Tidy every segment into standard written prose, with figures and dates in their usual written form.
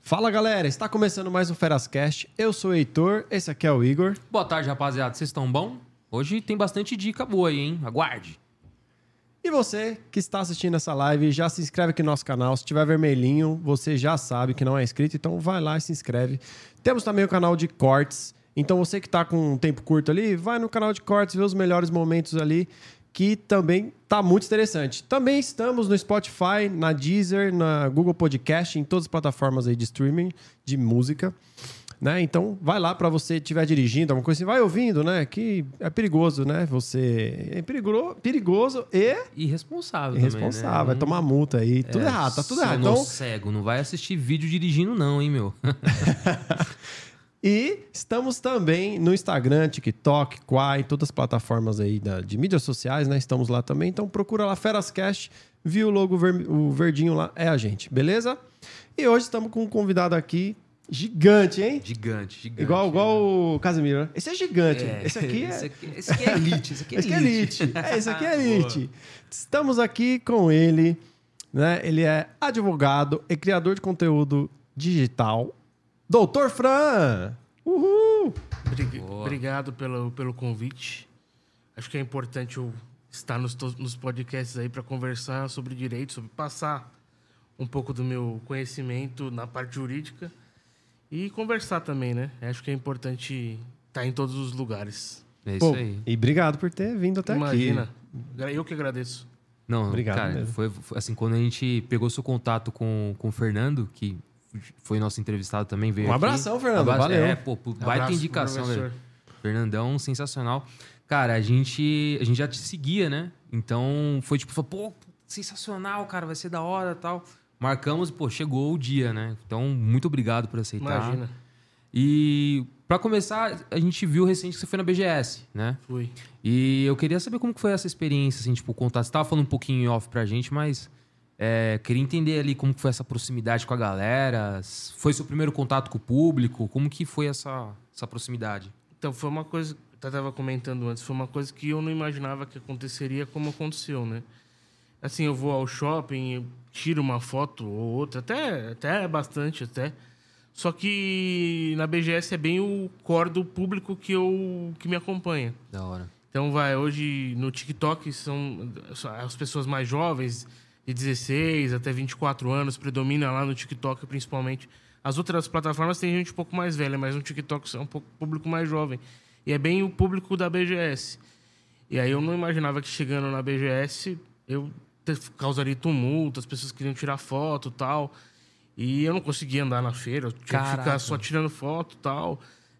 Fala galera, está começando mais um Ferascast. Eu sou o Heitor, esse aqui é o Igor. Boa tarde, rapaziada. Vocês estão bom? Hoje tem bastante dica boa aí, hein? Aguarde. E você que está assistindo essa live, já se inscreve aqui no nosso canal. Se tiver vermelhinho, você já sabe que não é inscrito, então vai lá e se inscreve. Temos também o canal de cortes. Então você que está com um tempo curto ali, vai no canal de cortes, vê os melhores momentos ali, que também tá muito interessante. Também estamos no Spotify, na Deezer, na Google Podcast, em todas as plataformas aí de streaming de música, né? Então vai lá para você estiver dirigindo, alguma coisa assim, vai ouvindo, né? Que é perigoso, né? Você é perigoso e irresponsável irresponsável, também, né? vai tomar multa aí, tudo errado, tá tudo errado. Então, Então, cego, não vai assistir vídeo dirigindo não, hein, meu? E estamos também no Instagram, TikTok, Quai, todas as plataformas aí de mídias sociais, né? Estamos lá também. Então procura lá, Ferascast, viu o logo o verdinho lá, é a gente, beleza? E hoje estamos com um convidado aqui gigante, hein? Gigante. Igual o Casemiro, né? Esse é gigante. Esse aqui é... Esse aqui é elite. Esse aqui é elite. Esse aqui é elite. Estamos aqui com ele, né? Ele é advogado e criador de conteúdo digital. Doutor Fran! Uhul! Obrigado pelo convite. Acho que é importante eu estar nos podcasts aí para conversar sobre direito, sobre passar um pouco do meu conhecimento na parte jurídica e conversar também, né? Acho que é importante estar em todos os lugares. É isso aí. E obrigado por ter vindo até Imagina. aqui. Eu que agradeço. Não, obrigado cara, mesmo. foi assim, quando a gente pegou seu contato com o Fernando, que foi nosso entrevistado também, veio Um aqui. abração, Fernando, valeu. Baita indicação, velho. Fernandão, sensacional. Cara, a gente já te seguia, né? Então, foi tipo, pô, sensacional, cara, vai ser da hora e tal. Marcamos e, pô, chegou o dia, né? Então, muito obrigado por aceitar. Imagina. E, pra começar, a gente viu recente que você foi na BGS, né? Fui. E eu queria saber como que foi essa experiência, assim, tipo, o contato. Você tava falando um pouquinho em off pra gente, mas... queria entender ali como que foi essa proximidade com a galera. Foi seu primeiro contato com o público? Como que foi essa proximidade? Então, foi uma coisa... Eu estava comentando antes. Foi uma coisa que eu não imaginava que aconteceria como aconteceu, né? Assim, eu vou ao shopping, eu tiro uma foto ou outra. Até bastante, até. Só que na BGS é bem o core do público que me acompanha. Da hora. Então, hoje no TikTok são as pessoas mais jovens... de 16 até 24 anos, predomina lá no TikTok principalmente. As outras plataformas tem gente um pouco mais velha, mas no TikTok é um pouco público mais jovem. E é bem o público da BGS. E aí eu não imaginava que chegando na BGS eu causaria tumulto, as pessoas queriam tirar foto e tal. E eu não conseguia andar na feira, eu tinha que ficar só tirando foto e tal.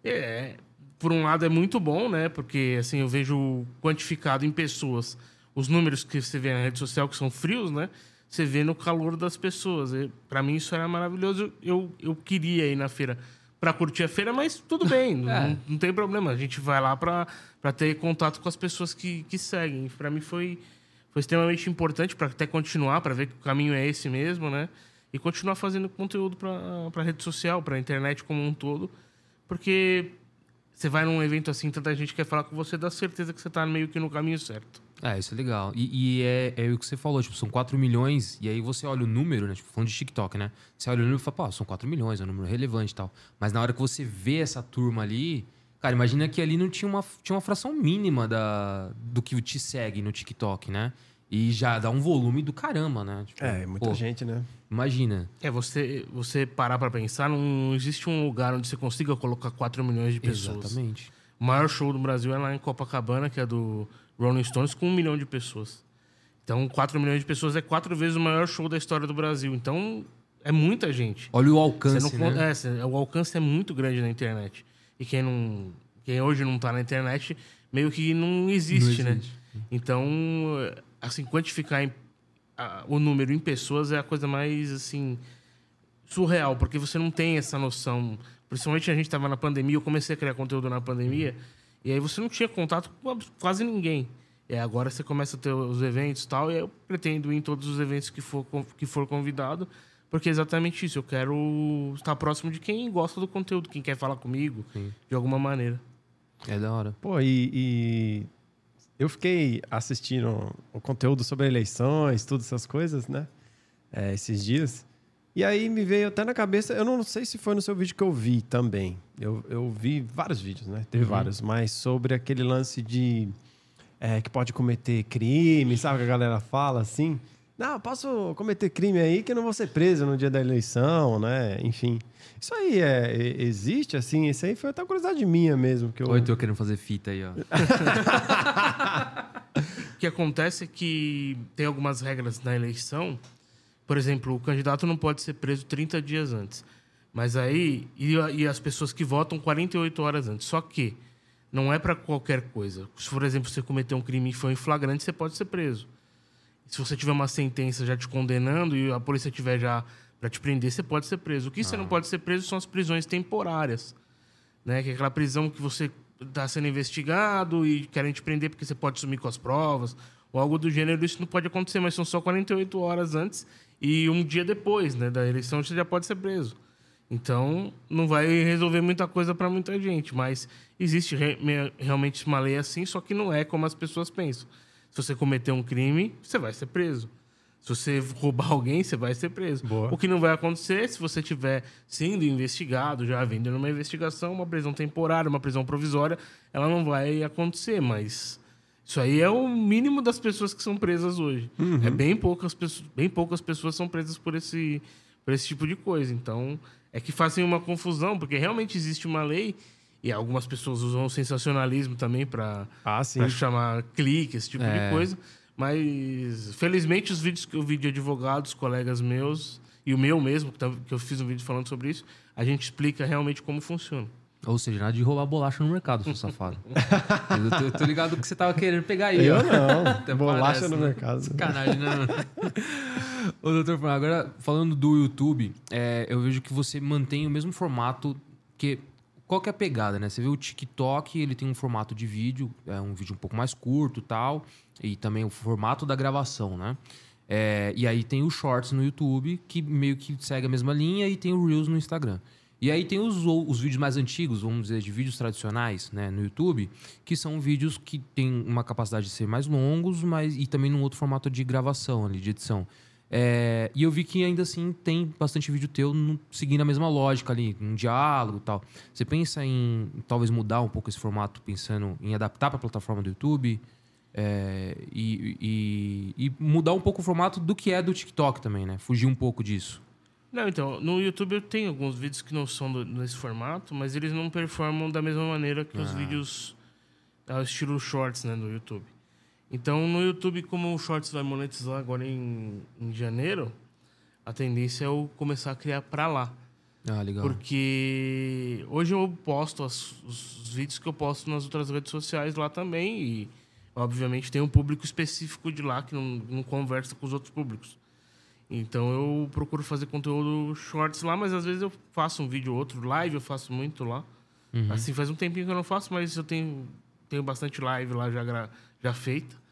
Por um lado é muito bom, né? Porque assim, eu vejo quantificado em pessoas os números que você vê na rede social, que são frios, né? Você vê no calor das pessoas. Para mim, isso era maravilhoso. Eu queria ir na feira para curtir a feira, mas tudo bem, não tem problema. A gente vai lá para ter contato com as pessoas que seguem. Para mim, foi extremamente importante para até continuar, para ver que o caminho é esse mesmo, né? E continuar fazendo conteúdo para rede social, para a internet como um todo. Porque você vai num evento assim, tanta gente quer falar com você, dá certeza que você está meio que no caminho certo. Isso é legal. E é o que você falou, tipo, são 4 milhões, e aí você olha o número, né? Tipo, falando de TikTok, né? Você olha o número e fala, pô, são 4 milhões, é um número relevante e tal. Mas na hora que você vê essa turma ali, cara, imagina que ali não tinha uma fração mínima do que te segue no TikTok, né? E já dá um volume do caramba, né? Tipo, Muita gente, né? Imagina. Você parar para pensar, não existe um lugar onde você consiga colocar 4 milhões de pessoas. Exatamente. O maior show do Brasil é lá em Copacabana, que é do Rolling Stones, com 1 milhão de pessoas. Então, 4 milhões de pessoas é 4 vezes o maior show da história do Brasil. Então, é muita gente. Olha o alcance, né? O alcance é muito grande na internet. E quem hoje não tá na internet, meio que não existe, né? Então, assim, quantificar o número em pessoas é a coisa mais, assim, surreal. Porque você não tem essa noção. Principalmente a gente estava na pandemia, eu comecei a criar conteúdo na pandemia... E aí você não tinha contato com quase ninguém. Agora você começa a ter os eventos e tal, e eu pretendo ir em todos os eventos que for convidado, porque é exatamente isso. Eu quero estar próximo de quem gosta do conteúdo, quem quer falar comigo, de alguma maneira. É da hora. Pô, e eu fiquei assistindo o conteúdo sobre eleições, todas essas coisas, né? Esses dias. E aí me veio até na cabeça, eu não sei se foi no seu vídeo que eu vi também. Eu vi vários vídeos, né? Teve vários, mas sobre aquele lance de que pode cometer crime, sabe que a galera fala assim? Não, posso cometer crime aí que eu não vou ser preso no dia da eleição, né? Enfim. Isso aí existe, assim? Isso aí foi até uma curiosidade minha mesmo. Que eu... Oi, tô querendo fazer fita aí, ó. O que acontece é que tem algumas regras na eleição. Por exemplo, o candidato não pode ser preso 30 dias antes. Mas aí... E as pessoas que votam 48 horas antes. Só que não é para qualquer coisa. Se, por exemplo, você cometeu um crime e foi em flagrante, você pode ser preso. Se você tiver uma sentença já te condenando e a polícia tiver já para te prender, você pode ser preso. O que você não pode ser preso são as prisões temporárias. Né? Que é aquela prisão que você está sendo investigado e querem te prender porque você pode sumir com as provas ou algo do gênero. Isso não pode acontecer, mas são só 48 horas antes e um dia depois, né, da eleição você já pode ser preso. Então, não vai resolver muita coisa para muita gente, mas existe realmente uma lei assim, só que não é como as pessoas pensam. Se você cometer um crime, você vai ser preso. Se você roubar alguém, você vai ser preso. Boa. O que não vai acontecer se você estiver sendo investigado, já havendo uma investigação, uma prisão temporária, uma prisão provisória, ela não vai acontecer, mas isso aí é o mínimo das pessoas que são presas hoje. É bem poucas pessoas são presas por esse tipo de coisa. Então, é que fazem uma confusão, porque realmente existe uma lei e algumas pessoas usam o sensacionalismo também para chamar clique, esse tipo de coisa. Mas, felizmente, os vídeos que eu vi de advogados, colegas meus, e o meu mesmo, que eu fiz um vídeo falando sobre isso, a gente explica realmente como funciona. Ou seja, nada de roubar bolacha no mercado, seu safado. eu tô ligado que você tava querendo pegar aí. Eu ó. não. Até Bolacha parece, no né? mercado. Sacanagem, né? Ô, doutor Fernando, agora falando do YouTube, eu vejo que você mantém o mesmo formato que... Qual que é a pegada, né? Você vê o TikTok, ele tem um formato de vídeo, é um vídeo um pouco mais curto e tal, e também o formato da gravação, né? E aí tem o Shorts no YouTube, que meio que segue a mesma linha, e tem o Reels no Instagram. E aí tem os vídeos mais antigos, vamos dizer, de vídeos tradicionais, né, no YouTube, que são vídeos que têm uma capacidade de ser mais longos, e também num outro formato de gravação ali, de edição. E eu vi que ainda assim tem bastante vídeo teu seguindo a mesma lógica ali, um diálogo e tal. Você pensa em talvez mudar um pouco esse formato, pensando em adaptar para a plataforma do YouTube e mudar um pouco o formato do que é do TikTok também, né? Fugir um pouco disso. Não, então, no YouTube eu tenho alguns vídeos que não são nesse formato, mas eles não performam da mesma maneira que os vídeos estilo Shorts, né, no YouTube. Então, no YouTube, como o Shorts vai monetizar agora em janeiro, a tendência é eu começar a criar para lá. Ah, legal. Porque hoje eu posto os vídeos que eu posto nas outras redes sociais lá também e, obviamente, tem um público específico de lá que não conversa com os outros públicos. Então, eu procuro fazer conteúdo Shorts lá, mas às vezes eu faço um vídeo ou outro. Live eu faço muito lá. Assim, faz um tempinho que eu não faço, mas eu tenho bastante live lá já feita.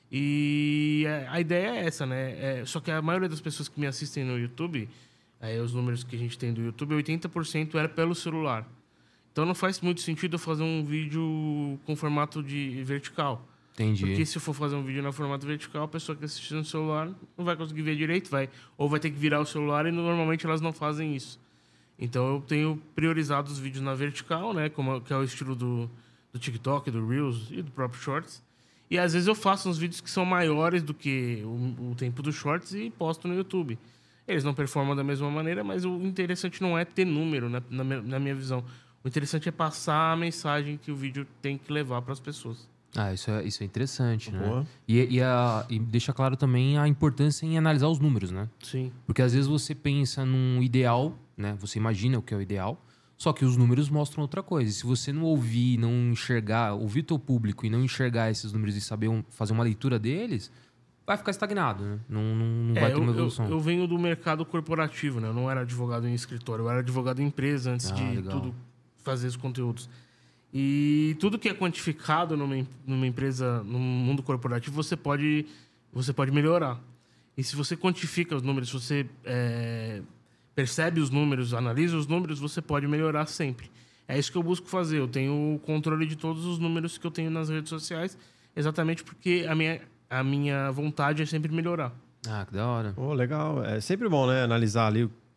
E a ideia é essa, né? Só que a maioria das pessoas que me assistem no YouTube, os números que a gente tem do YouTube, 80% era pelo celular. Então não faz muito sentido eu fazer um vídeo com formato de vertical. Entendi. Porque se eu for fazer um vídeo no formato vertical, a pessoa que assiste no celular não vai conseguir ver direito, ou vai ter que virar o celular e normalmente elas não fazem isso. Então eu tenho priorizado os vídeos na vertical, né? Que é o estilo do TikTok, do Reels e do próprio Shorts. E às vezes eu faço uns vídeos que são maiores do que o tempo dos Shorts e posto no YouTube. Eles não performam da mesma maneira, mas o interessante não é ter número, né, na minha visão. O interessante é passar a mensagem que o vídeo tem que levar para as pessoas. Isso é interessante, Boa. né? E deixa claro também a importância em analisar os números, né? Sim. Porque às vezes você pensa num ideal, né? Você imagina o que é o ideal, só que os números mostram outra coisa. E se você não ouvir, não enxergar, ouvir teu público e não enxergar esses números e saber fazer uma leitura deles, vai ficar estagnado, né? Não vai ter uma evolução. Eu venho do mercado corporativo, né? Eu não era advogado em escritório, eu era advogado em empresa antes de legal. tudo fazer os conteúdos. E tudo que é quantificado numa empresa, no mundo corporativo, você pode melhorar. E se você quantifica os números, se você percebe os números, analisa os números, você pode melhorar sempre. É isso que eu busco fazer. Eu tenho o controle de todos os números que eu tenho nas redes sociais, exatamente porque a minha vontade é sempre melhorar. Que da hora. Legal. É sempre bom, né? Analisar ali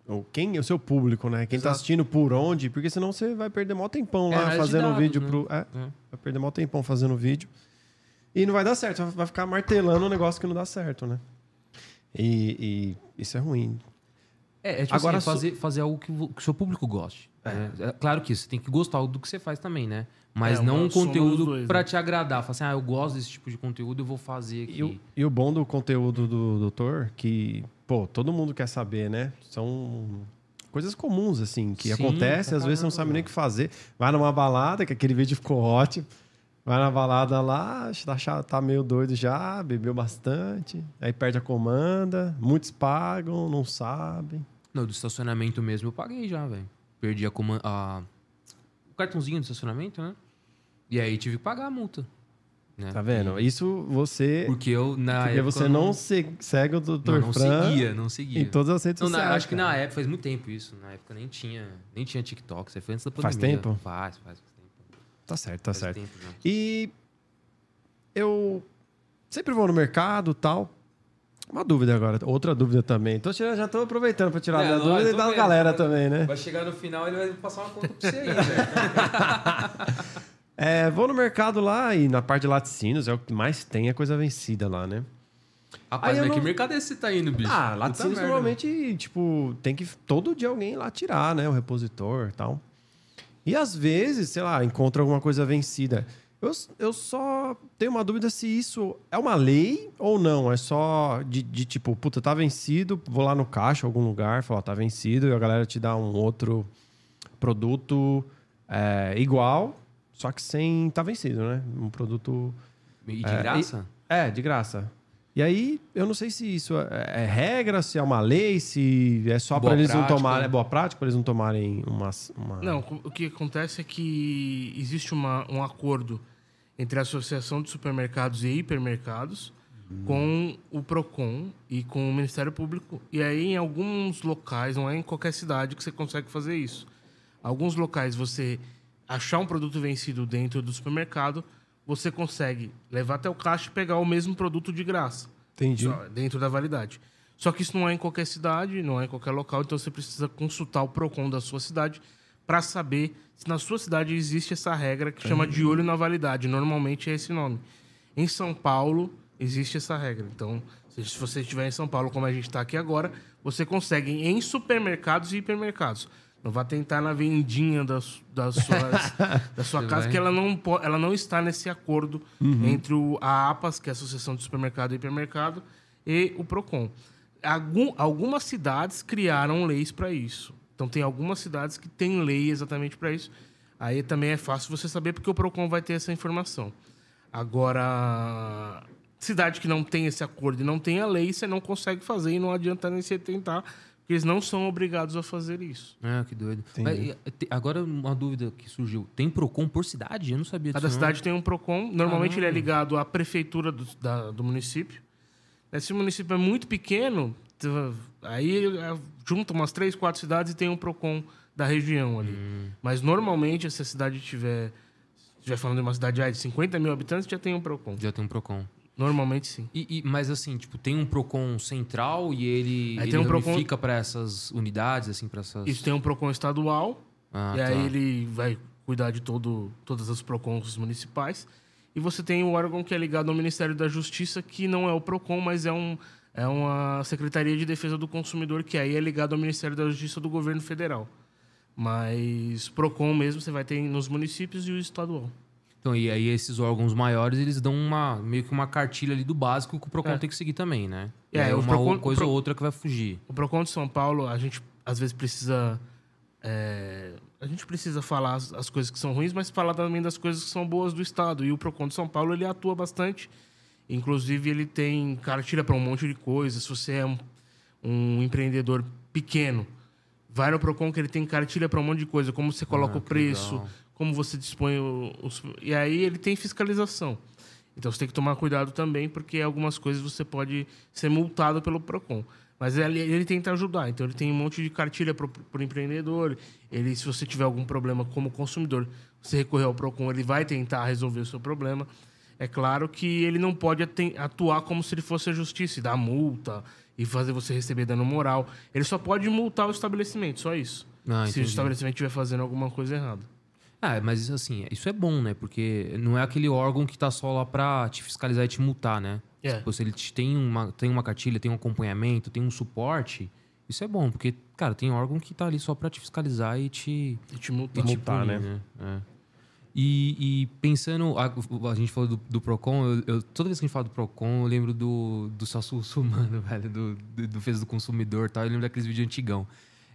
o seu público, né? Quem tá Exato. assistindo por onde, porque senão você vai perder mó tempão lá análise de fazendo dados, vídeo né? vai perder mó tempão fazendo vídeo. E não vai dar certo, vai ficar martelando um negócio que não dá certo, né? E isso é ruim. Tipo Agora, assim, fazer algo que o seu público goste. Né? Claro que você tem que gostar do que você faz também, né? Mas não um soma dos conteúdo dois, pra né? te agradar. Falar assim, eu gosto desse tipo de conteúdo, eu vou fazer aqui. E o bom do conteúdo do doutor, que, pô, todo mundo quer saber, né? São coisas comuns, assim, que Sim, acontecem, pra às vezes você não caramba, sabe nem o mano. que fazer. Vai numa balada, que aquele vídeo ficou ótimo. Vai na balada lá, tá meio doido já, bebeu bastante. Aí perde a comanda, muitos pagam, não sabem. Não, do estacionamento mesmo eu paguei já, velho. Perdi o cartãozinho do estacionamento, né? E aí tive que pagar a multa. Né? Tá vendo? Isso você... Porque eu, na Porque época... você não segue o Dr. não Fran não seguia. em todas as redes Não, sociais. acho que cara. na época, faz muito tempo isso. Na época nem tinha TikTok. Isso aí foi antes da pandemia. Faz tempo? Faz tempo. Tá certo, tá Faz certo. tempo já. E eu sempre vou no mercado e tal. Uma dúvida agora, outra dúvida também. Já tô aproveitando para tirar a minha dúvida e dar da galera também, né? Vai chegar no final, ele vai passar uma conta pra você aí, velho. Vou no mercado lá e na parte de laticínios é o que mais tem, é coisa vencida lá, né? Rapaz, Aí eu mas que não- mercado é esse que você tá indo, bicho? Laticínios Puta merda, normalmente, tipo, tem que todo dia alguém lá tirar, né? O repositor e tal. E às vezes, sei lá, encontra alguma coisa vencida. Eu só tenho uma dúvida se isso é uma lei ou não. É só de tipo, puta, tá vencido, vou lá no caixa, algum lugar, falar, tá vencido, e a galera te dá um outro produto igual, só que sem tá vencido, né? Um produto... E de graça? de graça. E aí, eu não sei se isso é regra, se é uma lei, se é só Boa para eles não prática. tomarem... É boa prática para eles não tomarem uma... Não, o que acontece é que existe um acordo entre a Associação de Supermercados e Hipermercados com o PROCON e com o Ministério Público. E aí, em alguns locais, não é em qualquer cidade que você consegue fazer isso. Alguns locais, você achar um produto vencido dentro do supermercado, você consegue levar até o caixa e pegar o mesmo produto de graça. Entendi. Só dentro da validade. Só que isso não é em qualquer cidade, não é em qualquer local, então você precisa consultar o PROCON da sua cidade para saber se na sua cidade existe essa regra que chama de olho na validade. Normalmente é esse nome. Em São Paulo, existe essa regra. Então, se você estiver em São Paulo, como a gente está aqui agora, você consegue em supermercados e hipermercados. Não vá tentar na vendinha da sua casa, vai. que ela não está nesse acordo entre a APAS, que é a Associação de Supermercado e Hipermercado, e o PROCON. Algumas cidades criaram leis para isso. Então, tem algumas cidades que têm lei exatamente para isso. Aí também é fácil você saber, porque o PROCON vai ter essa informação. Agora, cidade que não tem esse acordo e não tem a lei, você não consegue fazer e não adianta nem você tentar, porque eles não são obrigados a fazer isso. Ah, que doido. Entendi. Mas, agora, uma dúvida que surgiu. Tem PROCON por cidade? Eu não sabia disso. Cada não. cidade tem um PROCON. Normalmente ele é Caramba. ligado à prefeitura do município. Se o município é muito pequeno, aí junta umas 3, 4 cidades e tem um PROCON da região ali. Mas normalmente, se a cidade estiver falando de uma cidade de 50 mil habitantes, já tem um PROCON. Já tem um PROCON. Normalmente, sim. Mas assim, tipo, tem um PROCON central e ele Aí tem um PROCON- ramifica para essas unidades, assim, para essas... Isso tem um PROCON estadual, Ah, e tá. aí ele vai cuidar de todas as PROCONs municipais. E você tem o órgão que é ligado ao Ministério da Justiça, que não é o PROCON, mas é uma Secretaria de Defesa do Consumidor, que aí é ligado ao Ministério da Justiça do Governo Federal. Mas PROCON mesmo você vai ter nos municípios e o estadual. Então, e aí esses órgãos maiores, eles dão meio que uma cartilha ali do básico que o PROCON tem que seguir também, né? E aí o uma PROCON- coisa ou outra que vai fugir. O PROCON de São Paulo, a gente às vezes precisa... a gente precisa falar as coisas que são ruins, mas falar também das coisas que são boas do Estado. E o PROCON de São Paulo, ele atua bastante. Inclusive, ele tem cartilha para um monte de coisas. Se você é um empreendedor pequeno, vai no PROCON que ele tem cartilha para um monte de coisa. Como você coloca o que preço, legal. como você dispõe E aí ele tem fiscalização. Então você tem que tomar cuidado também, porque algumas coisas você pode ser multado pelo PROCON. Mas ele tenta ajudar. Então ele tem um monte de cartilha para o empreendedor. Se você tiver algum problema como consumidor, você recorrer ao PROCON, ele vai tentar resolver o seu problema. É claro que ele não pode atuar como se ele fosse a justiça, e dar multa e fazer você receber dano moral. Ele só pode multar o estabelecimento, só isso. Ah, se o entendi. estabelecimento estiver fazendo alguma coisa errada. Ah, mas assim, isso é bom, né? Porque não é aquele órgão que tá só lá pra te fiscalizar e te multar, né? É. Tipo, se ele tem uma cartilha, tem um acompanhamento, tem um suporte, isso é bom, porque, cara, tem órgão que tá ali só pra te fiscalizar e te E te multar. multar, punir, né? É. E pensando, a gente falou do Procon, toda vez que a gente fala do Procon, eu lembro do Celso Russomano, velho, do Defesa do Consumidor e tal, eu lembro daqueles vídeos antigão.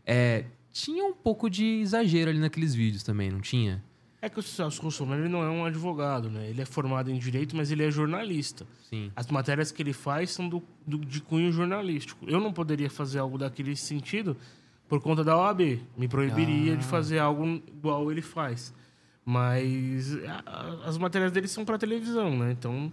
Tinha um pouco de exagero ali naqueles vídeos também, não tinha? É que o Celso Russomano, ele não é um advogado, né? Ele é formado em Direito, mas ele é jornalista. Sim. As matérias que ele faz são de cunho jornalístico. Eu não poderia fazer algo daquele sentido por conta da OAB. Me proibiria de fazer algo igual ele faz. Mas as matérias dele são para televisão, né? Então,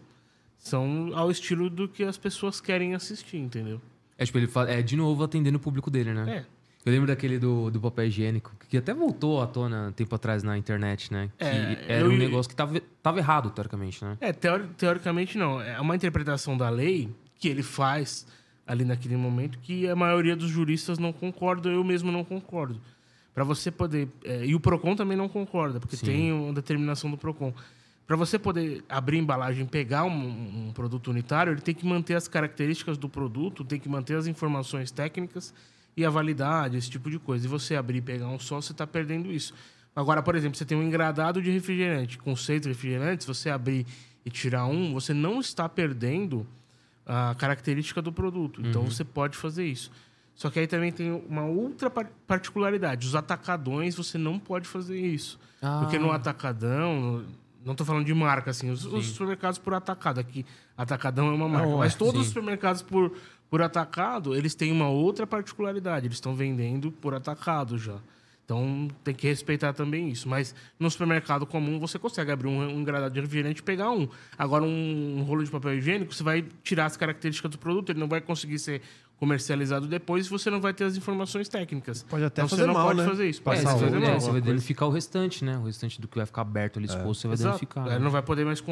são ao estilo do que as pessoas querem assistir, entendeu? Tipo, ele de novo atendendo o público dele, né? É. Eu lembro daquele do papel higiênico, que até voltou à tona um tempo atrás na internet, né? Que era um negócio que tava errado, teoricamente, né? Teoricamente não. É uma interpretação da lei que ele faz ali naquele momento que a maioria dos juristas não concorda, eu mesmo não concordo. Para você poder... e o PROCON também não concorda, porque Sim. tem uma determinação do PROCON. Para você poder abrir a embalagem e pegar um produto unitário, ele tem que manter as características do produto, tem que manter as informações técnicas e a validade, esse tipo de coisa. E você abrir e pegar um só, você está perdendo isso. Agora, por exemplo, você tem um engradado de refrigerante com 6 refrigerantes, você abrir e tirar um, você não está perdendo a característica do produto. Então, você pode fazer isso. Só que aí também tem uma outra particularidade. Os atacadões, você não pode fazer isso. Porque no atacadão... Não estou falando de marca, assim. Os supermercados por atacado. Aqui, atacadão é uma marca. Mas todos os supermercados por atacado, eles têm uma outra particularidade. Eles estão vendendo por atacado já. Então, tem que respeitar também isso. Mas no supermercado comum, você consegue abrir um engradado de refrigerante e pegar um. Agora, um rolo de papel higiênico, você vai tirar as características do produto, ele não vai conseguir ser comercializado depois e você não vai ter as informações técnicas. Pode até então, fazer você não mal, pode né? fazer isso. Passar Pode fazer mal. Você vai danificar o restante, né? O restante do que vai ficar aberto ali exposto, você vai Exato. danificar. Ele não vai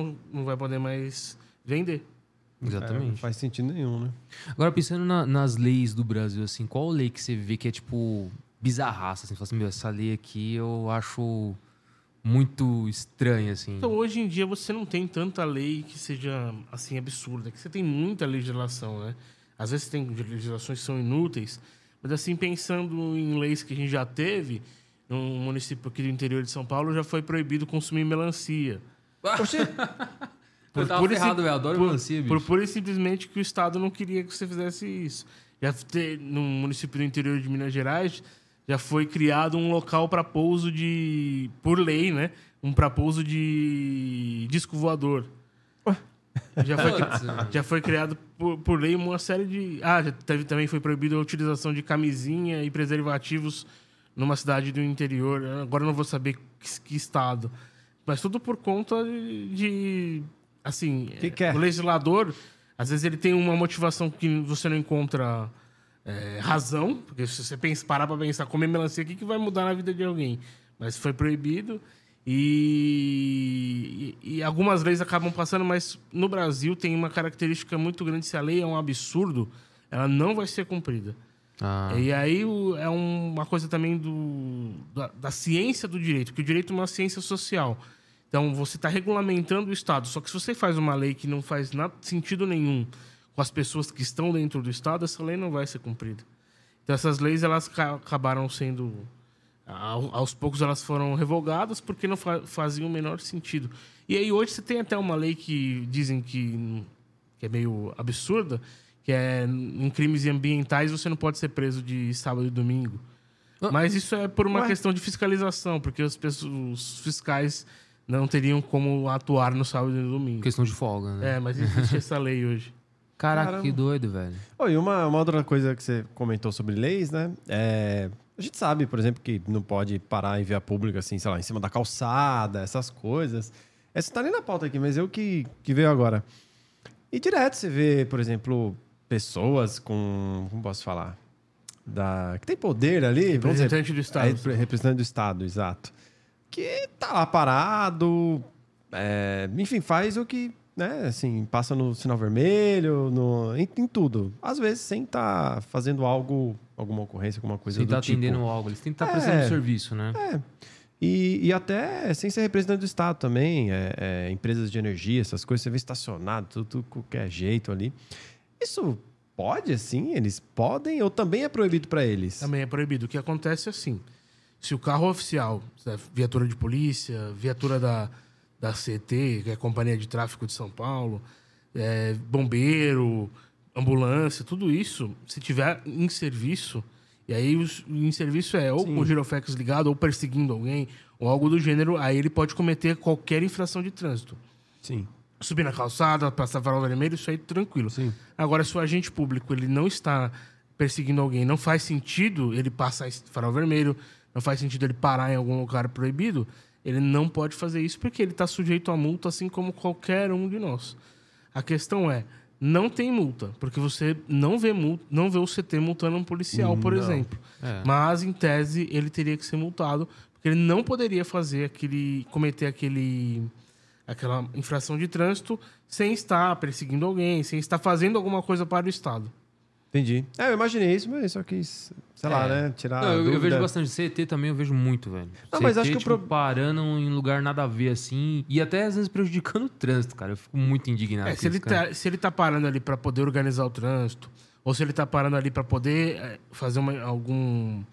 poder mais vender. Exatamente. Não faz sentido nenhum, né? Agora, pensando nas leis do Brasil, assim, qual lei que você vê que é, tipo, bizarraça? Assim, você fala assim, meu, essa lei aqui eu acho muito estranha, assim. Então, hoje em dia, você não tem tanta lei que seja, assim, absurda. Que você tem muita legislação, né? Às vezes tem legislações que são inúteis. Mas, assim, pensando em leis que a gente já teve, num município aqui do interior de São Paulo, já foi proibido consumir melancia. Eu tava ferrado, velho. Eu adoro melancia, bicho. Por pura e simplesmente que o Estado não queria que você fizesse isso. No município do interior de Minas Gerais, já foi criado um local para pouso por lei, né? Para pouso de disco voador. Já foi criado por lei uma série de... também foi proibido a utilização de camisinha e preservativos numa cidade do interior. Agora eu não vou saber que estado. Mas tudo por conta de assim, o legislador, às vezes ele tem uma motivação que você não encontra razão, porque se você parar para pensar, comer melancia, o que vai mudar na vida de alguém? Mas foi proibido e algumas leis acabam passando, mas no Brasil tem uma característica muito grande: se a lei é um absurdo, ela não vai ser cumprida. E aí é uma coisa também da ciência do direito, porque o direito é uma ciência social. Então, você está regulamentando o Estado. Só que se você faz uma lei que não faz sentido nenhum com as pessoas que estão dentro do Estado, essa lei não vai ser cumprida. Então, essas leis elas acabaram sendo... Aos poucos, elas foram revogadas porque não faziam o menor sentido. E aí, hoje, você tem até uma lei que dizem que é meio absurda, que é em crimes ambientais você não pode ser preso de sábado e domingo. Mas isso é por uma questão de fiscalização, porque os fiscais não teriam como atuar no sábado e no domingo. Questão de folga, né? Mas existe essa lei hoje. Caraca, que doido, velho. E uma outra coisa que você comentou sobre leis, né? A gente sabe, por exemplo, que não pode parar em via pública, assim, sei lá, em cima da calçada, essas coisas. Essa tá nem na pauta aqui, mas eu que veio agora. E direto você vê, por exemplo, pessoas com... Como posso falar? Que tem poder ali. Representante do Estado. Representante do Estado, exato. Que tá lá parado, enfim, faz o que né? Assim, passa no sinal vermelho, em tudo. Às vezes sem estar fazendo algo, alguma ocorrência, alguma coisa Sem do estar tipo. atendendo algo, eles têm que estar prestando serviço, né? E até sem ser representante do Estado também, empresas de energia, essas coisas, você vê estacionado, tudo qualquer jeito ali. Isso pode, assim? Eles podem ou também é proibido para eles? Também é proibido. O que acontece é assim, se o carro oficial, viatura de polícia, viatura da CET, que é a Companhia de Tráfego de São Paulo, bombeiro, ambulância, tudo isso, se tiver em serviço, e aí em serviço ou com o giroflex ligado, ou perseguindo alguém, ou algo do gênero, aí ele pode cometer qualquer infração de trânsito. Sim. Subir na calçada, passar farol vermelho, isso aí tranquilo. Sim. Agora, se o agente público ele não está perseguindo alguém, não faz sentido ele passar esse farol vermelho, não faz sentido ele parar em algum lugar proibido, ele não pode fazer isso porque ele está sujeito a multa, assim como qualquer um de nós. A questão é, não tem multa, porque você não vê o CT multando um policial, por exemplo. Mas, em tese, ele teria que ser multado, porque ele não poderia cometer aquela infração de trânsito sem estar perseguindo alguém, sem estar fazendo alguma coisa para o Estado. Entendi. Eu imaginei isso, mas só quis, sei lá, né? Tirar. Não, eu dúvida. vejo bastante. CT também eu vejo muito, velho. Não, CT, mas acho que parando em lugar nada a ver, assim. E até às vezes prejudicando o trânsito, cara. Eu fico muito indignado. Se ele tá parando ali para poder organizar o trânsito, ou se ele tá parando ali para poder fazer alguma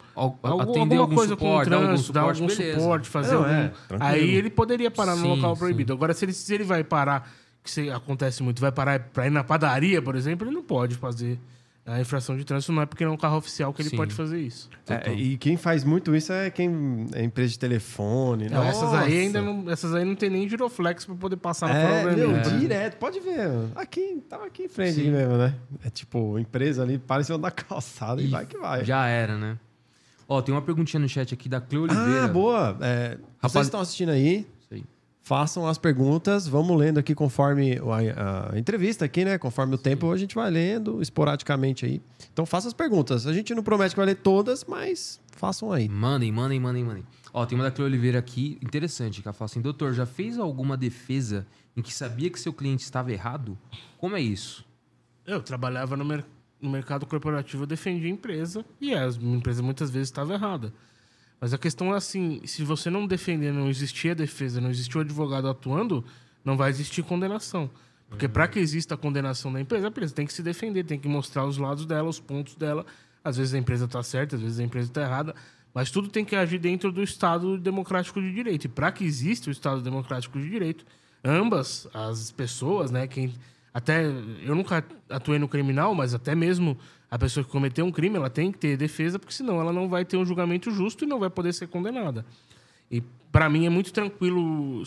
coisa com o trânsito, dar algum suporte, fazer aí ele poderia parar no local proibido. Agora, se ele vai parar, que acontece muito, vai parar para ir na padaria, por exemplo, ele não pode fazer a infração de trânsito, não é porque não é um carro oficial que ele pode fazer isso. E quem faz muito isso é quem é empresa de telefone. Não, essas aí não tem nem giroflex para poder passar no farol vermelho. Direto, pode ver. Tava aqui em frente aqui mesmo, né? É tipo, empresa ali, para em cima da calçada e vai que vai. Já era, né? Ó, tem uma perguntinha no chat aqui da Cleo Oliveira. Boa. Vocês estão assistindo aí? Façam as perguntas, vamos lendo aqui conforme a entrevista aqui, né? Conforme o tempo, a gente vai lendo esporadicamente aí. Então, façam as perguntas. A gente não promete que vai ler todas, mas façam aí. Mandem. Ó, tem uma da Cleo Oliveira aqui, interessante, que ela fala assim, doutor, já fez alguma defesa em que sabia que seu cliente estava errado? Como é isso? Eu trabalhava no mercado corporativo, eu defendia a empresa e a empresa muitas vezes estava errada. Mas a questão é assim, se você não defender, não existir a defesa, não existir o advogado atuando, não vai existir condenação. Porque para que exista a condenação da empresa, a empresa tem que se defender, tem que mostrar os lados dela, os pontos dela. Às vezes a empresa está certa, às vezes a empresa está errada, mas tudo tem que agir dentro do Estado Democrático de Direito. E para que exista o Estado Democrático de Direito, ambas as pessoas, né, eu nunca atuei no criminal, mas até mesmo a pessoa que cometeu um crime, ela tem que ter defesa, porque senão ela não vai ter um julgamento justo e não vai poder ser condenada. E para mim é muito tranquilo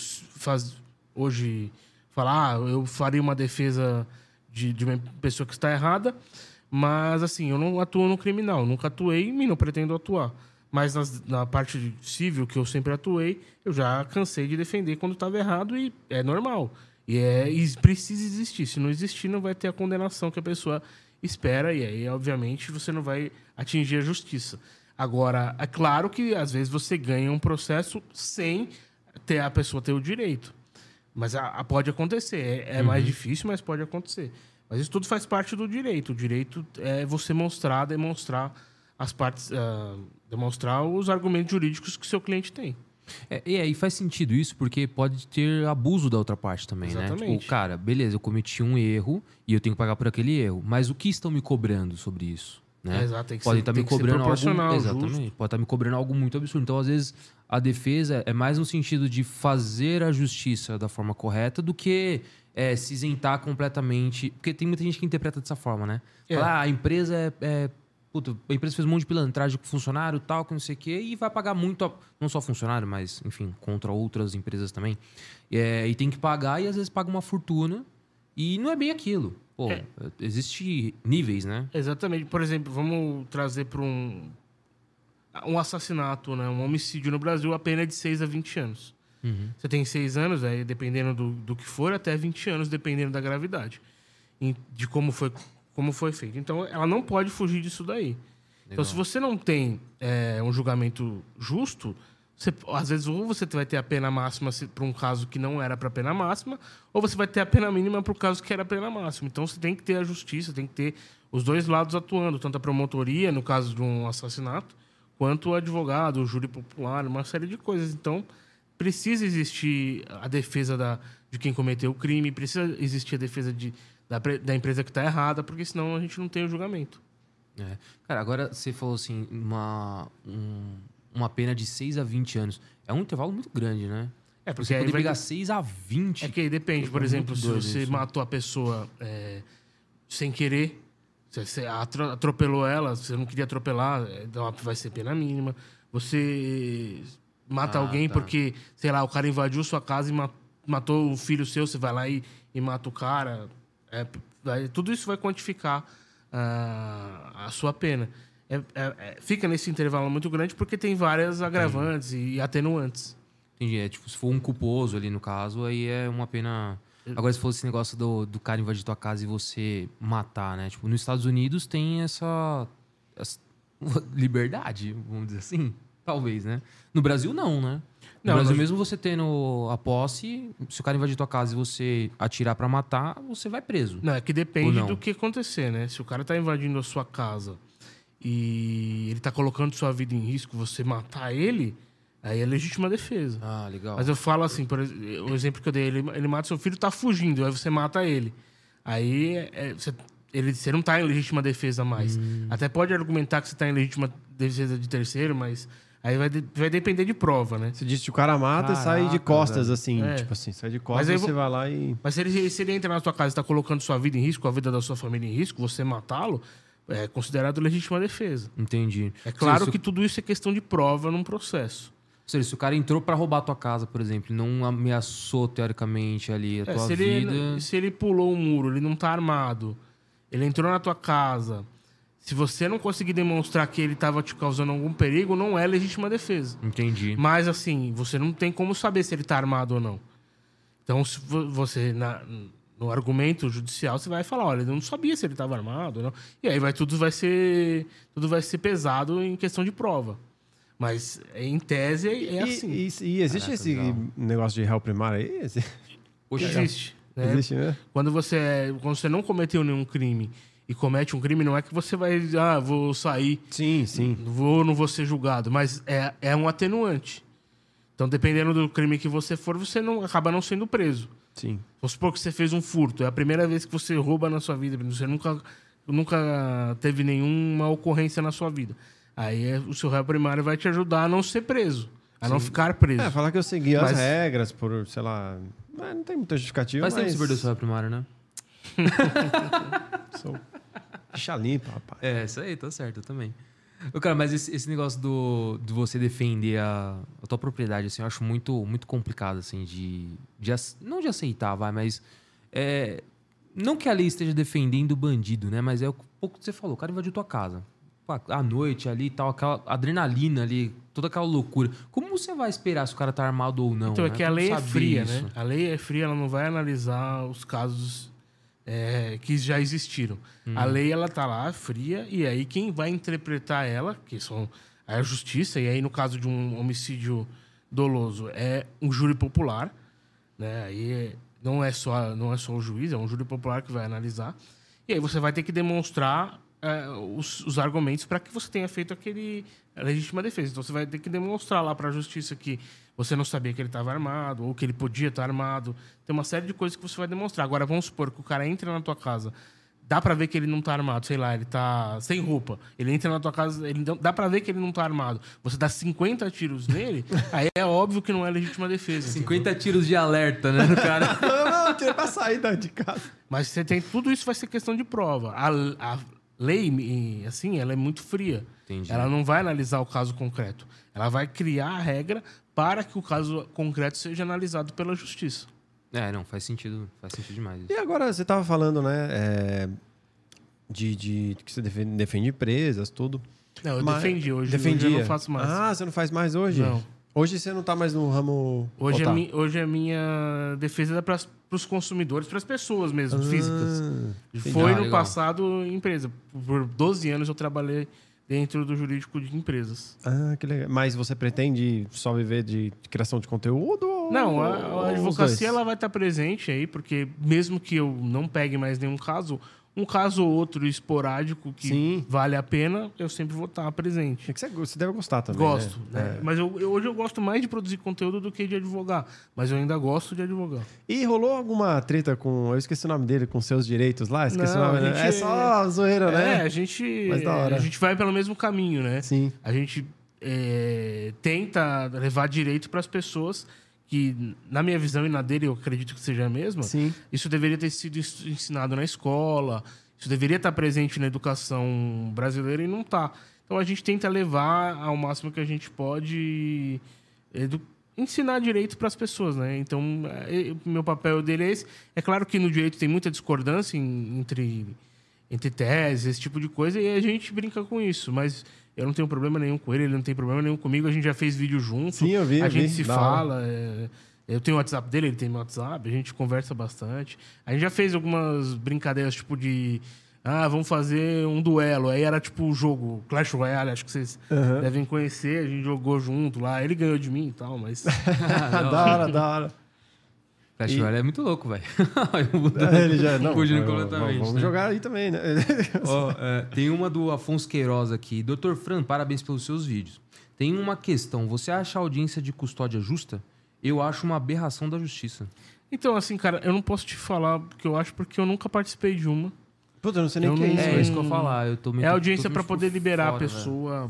hoje falar, eu faria uma defesa de uma pessoa que está errada, mas assim, eu não atuo no criminal, nunca atuei e não pretendo atuar. Mas na parte civil, que eu sempre atuei, eu já cansei de defender quando estava errado e é normal. E precisa existir. Se não existir, não vai ter a condenação que a pessoa espera. E aí, obviamente, você não vai atingir a justiça. Agora, é claro que, às vezes, você ganha um processo sem a pessoa ter o direito. Mas pode acontecer. É mais difícil, mas pode acontecer. Mas isso tudo faz parte do direito. O direito é você demonstrar as partes... demonstrar os argumentos jurídicos que o seu cliente tem. E faz sentido isso, porque pode ter abuso da outra parte também, Exatamente. né? Tipo, cara, beleza, eu cometi um erro e eu tenho que pagar por aquele erro. Mas o que estão me cobrando sobre isso? Né? Exato, tem que Pode ser, estar tem me que ser cobrando proporcional, algo. Exatamente. justo. Pode estar me cobrando algo muito absurdo. Então, às vezes, a defesa é mais no sentido de fazer a justiça da forma correta do que se isentar completamente. Porque tem muita gente que interpreta dessa forma, né? Fala, a empresa Puta, a empresa fez um monte de pilantragem com funcionário, tal, que não sei o quê, e vai pagar muito, não só funcionário, mas, enfim, contra outras empresas também. E tem que pagar, e às vezes paga uma fortuna, e não é bem aquilo. Pô, existe níveis, né? Exatamente. Por exemplo, vamos trazer para um assassinato, né? Um homicídio no Brasil, a pena é de 6 a 20 anos. Você tem 6 anos, dependendo do que for, até 20 anos, dependendo da gravidade. De como foi feito. Então, ela não pode fugir disso daí. Legal. Então, se você não tem um julgamento justo, às vezes, ou você vai ter a pena máxima para um caso que não era para pena máxima, ou você vai ter a pena mínima para o caso que era pena máxima. Então, você tem que ter a justiça, tem que ter os dois lados atuando, tanto a promotoria, no caso de um assassinato, quanto o advogado, o júri popular, uma série de coisas. Então, precisa existir a defesa de quem cometeu o crime, precisa existir a defesa da empresa que está errada, porque senão a gente não tem o julgamento. Cara, agora você falou assim, uma pena de 6 a 20 anos. É um intervalo muito grande, né? Porque você aí poder vai pegar 6 a 20... É que aí depende, por exemplo, se você matou a pessoa sem querer, você atropelou ela, você não queria atropelar, então vai ser pena mínima. Você mata alguém porque, sei lá, o cara invadiu sua casa e matou o filho seu, você vai lá e mata o cara. Tudo isso vai quantificar a sua pena. Fica nesse intervalo muito grande porque tem várias agravantes e atenuantes. Entendi. Tipo, se for um culposo ali no caso, aí é uma pena... Agora, se fosse esse negócio do cara invadir tua casa e você matar, né? Tipo, nos Estados Unidos tem essa liberdade, vamos dizer assim. Talvez, né? No Brasil, não, né? No Brasil, mesmo você tendo a posse, se o cara invadir tua casa e você atirar pra matar, você vai preso. Não, é que depende do que acontecer, né? Se o cara tá invadindo a sua casa e ele tá colocando sua vida em risco, você matar ele... Aí é legítima defesa. Ah, legal. Mas eu falo assim, por exemplo, o exemplo que eu dei, ele mata seu filho, tá fugindo, aí você mata ele. Aí você não tá em legítima defesa mais. Até pode argumentar que você tá em legítima defesa de terceiro, mas aí vai depender de prova, né? Você disse que o cara mata e sai de costas, assim. Tipo assim, sai de costas e você vai lá e... Mas se ele entra na sua casa e tá colocando sua vida em risco, a vida da sua família em risco, você matá-lo, é considerado legítima defesa. Entendi. É claro que tudo isso é questão de prova num processo. Ou seja, se o cara entrou pra roubar a tua casa, por exemplo, não ameaçou, teoricamente, ali a tua vida... Se ele pulou um muro, ele não tá armado, ele entrou na tua casa, se você não conseguir demonstrar que ele tava te causando algum perigo, não é legítima defesa. Entendi. Mas, assim, você não tem como saber se ele tá armado ou não. Então, se você... No argumento judicial, você vai falar, olha, eu não sabia se ele tava armado ou não. E aí tudo vai ser pesado em questão de prova. Mas, em tese, é assim. E existe esse negócio de réu primário aí? Existe. Né? Existe, né? Quando você não cometeu nenhum crime e comete um crime, não é que você vai... vou sair. Sim. Não vou ser julgado. Mas é um atenuante. Então, dependendo do crime que você for, você acaba não sendo preso. Sim. Vamos supor que você fez um furto. É a primeira vez que você rouba na sua vida. Você nunca teve nenhuma ocorrência na sua vida. Aí o seu réu primário vai te ajudar a não ser preso, a não ficar preso. Falar que eu segui as regras por, sei lá... Não tem muita justificativa, mas... Faz tempo que você perdeu o seu réu primário, né? Sou ficha limpa, rapaz. Isso aí, tá certo, eu também. Cara, mas esse negócio de você defender a tua propriedade, assim, eu acho muito, muito complicado, assim, não de aceitar, mas... não que a lei esteja defendendo o bandido, né? Mas é o pouco que você falou, o cara invadiu tua casa. À noite ali e tal, aquela adrenalina ali, toda aquela loucura. Como você vai esperar se o cara tá armado ou não? Então, né? É que a lei é fria, né? A lei é fria, ela não vai analisar os casos que já existiram. A lei, ela tá lá, fria, e aí quem vai interpretar ela, que são a justiça, e aí no caso de um homicídio doloso, é um júri popular, né? Aí não é só o juiz, é um júri popular que vai analisar. E aí você vai ter que demonstrar os argumentos para que você tenha feito a legítima defesa. Então, você vai ter que demonstrar lá para a justiça que você não sabia que ele estava armado ou que ele podia estar armado. Tem uma série de coisas que você vai demonstrar. Agora, vamos supor que o cara entra na tua casa, dá para ver que ele não está armado, sei lá, ele está sem roupa. Ele entra na tua casa, dá para ver que ele não está armado. Você dá 50 tiros nele, aí é óbvio que não é legítima defesa. 50 entendeu? Tiros de alerta, né, no cara? Não, tira pra sair de casa. Mas você tem tudo isso vai ser questão de prova. A lei, assim, ela é muito fria. Entendi. Ela não vai analisar o caso concreto. Ela vai criar a regra para que o caso concreto seja analisado pela justiça. Não, faz sentido demais isso. E agora, você tava falando, né, de que você defende empresas, tudo. Não, eu defendi hoje. Hoje eu não faço mais. Ah, você não faz mais hoje? Não. Hoje você não tá mais no ramo... Hoje a minha defesa é para os consumidores, para as pessoas mesmo, físicas. Foi no passado empresa. Por 12 anos eu trabalhei dentro do jurídico de empresas. Ah, que legal. Mas você pretende só viver de criação de conteúdo? Não, a ou os advocacia dois? ela vai estar presente aí, porque mesmo que eu não pegue mais nenhum caso, um caso ou outro esporádico que Sim. vale a pena, eu sempre vou estar presente. É que você deve gostar também. Gosto, né? né? Mas hoje eu gosto mais de produzir conteúdo do que de advogar. Mas eu ainda gosto de advogar. E rolou alguma treta com. Eu esqueci o nome dele, com seus direitos lá? Esqueci Não, o nome, a né? gente- É só zoeira, né? A gente, Mas da hora. a gente vai pelo mesmo caminho, né? Sim. A gente tenta levar direito para as pessoas que, na minha visão e na dele, eu acredito que seja a mesma. Sim. Isso deveria ter sido ensinado na escola, isso deveria estar presente na educação brasileira e não está. Então a gente tenta levar ao máximo que a gente pode ensinar direito para as pessoas, né? Então, meu papel dele é esse. É claro que no direito tem muita discordância entre teses, esse tipo de coisa, e a gente brinca com isso, mas eu não tenho problema nenhum com ele não tem problema nenhum comigo, a gente já fez vídeo junto, Sim, eu vi, a eu gente vi. se Da fala, eu tenho o WhatsApp dele, ele tem meu WhatsApp, a gente conversa bastante. A gente já fez algumas brincadeiras, tipo de... vamos fazer um duelo. Aí era tipo o jogo Clash Royale, acho que vocês devem conhecer. A gente jogou junto lá. Ele ganhou de mim e tal, mas... Da hora. Clash Royale é muito louco, velho. Ele já. Não, Fugindo completamente. Vamos né? jogar aí também, né? Ó, tem uma do Afonso Queiroz aqui. Dr. Fran, parabéns pelos seus vídeos. Tem uma questão. Você acha a audiência de custódia justa? Eu acho uma aberração da justiça. Então, assim, cara, eu não posso te falar o que eu acho, porque eu nunca participei de uma. Puta, eu não sei nem o Eu que é não- isso. É velho. isso que eu ia falar. Eu tô meio É audiência tô para por poder liberar fora, a pessoa...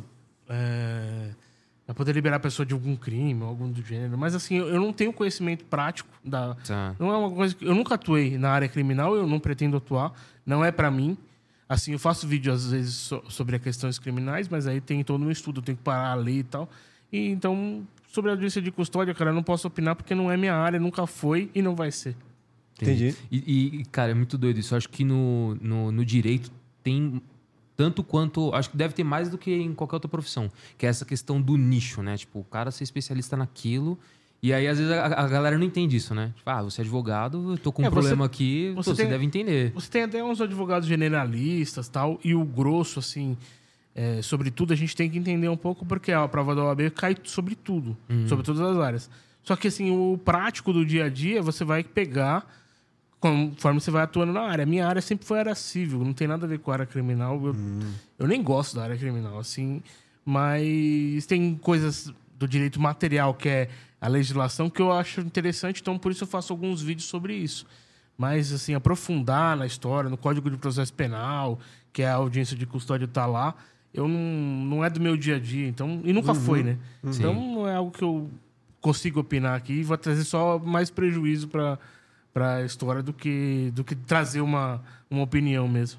Pra poder liberar a pessoa de algum crime, algum do gênero. Mas, assim, eu não tenho conhecimento prático da... Tá. Não é uma coisa que... Eu nunca atuei na área criminal, eu não pretendo atuar. Não é pra mim. Assim, eu faço vídeo, às vezes, sobre questões criminais, mas aí tem todo um estudo, eu tenho que parar a lei e tal. E, então, sobre a audiência de custódia, cara, eu não posso opinar porque não é minha área, nunca foi e não vai ser. Entendi. E, cara, é muito doido isso. Eu acho que no direito tem tanto quanto... Acho que deve ter mais do que em qualquer outra profissão. Que é essa questão do nicho, né? Tipo, o cara ser especialista naquilo... E aí, às vezes, a galera não entende isso, né? Tipo, você é advogado, eu tô com um problema aqui, você deve entender. Você tem até uns advogados generalistas tal, e o grosso, assim, sobretudo, a gente tem que entender um pouco, porque a prova da OAB cai sobre tudo, sobre todas as áreas. Só que, assim, o prático do dia a dia, você vai pegar conforme você vai atuando na área. A minha área sempre foi área civil, não tem nada a ver com a área criminal. Eu nem gosto da área criminal, assim, mas tem coisas do direito material, que é a legislação, que eu acho interessante, então por isso eu faço alguns vídeos sobre isso. Mas, assim, aprofundar na história, no Código de Processo Penal, que é a audiência de custódia tá lá, não é do meu dia a dia, então, e nunca foi, né? Então não é algo que eu consigo opinar aqui e vou trazer só mais prejuízo para a história do que trazer uma opinião mesmo.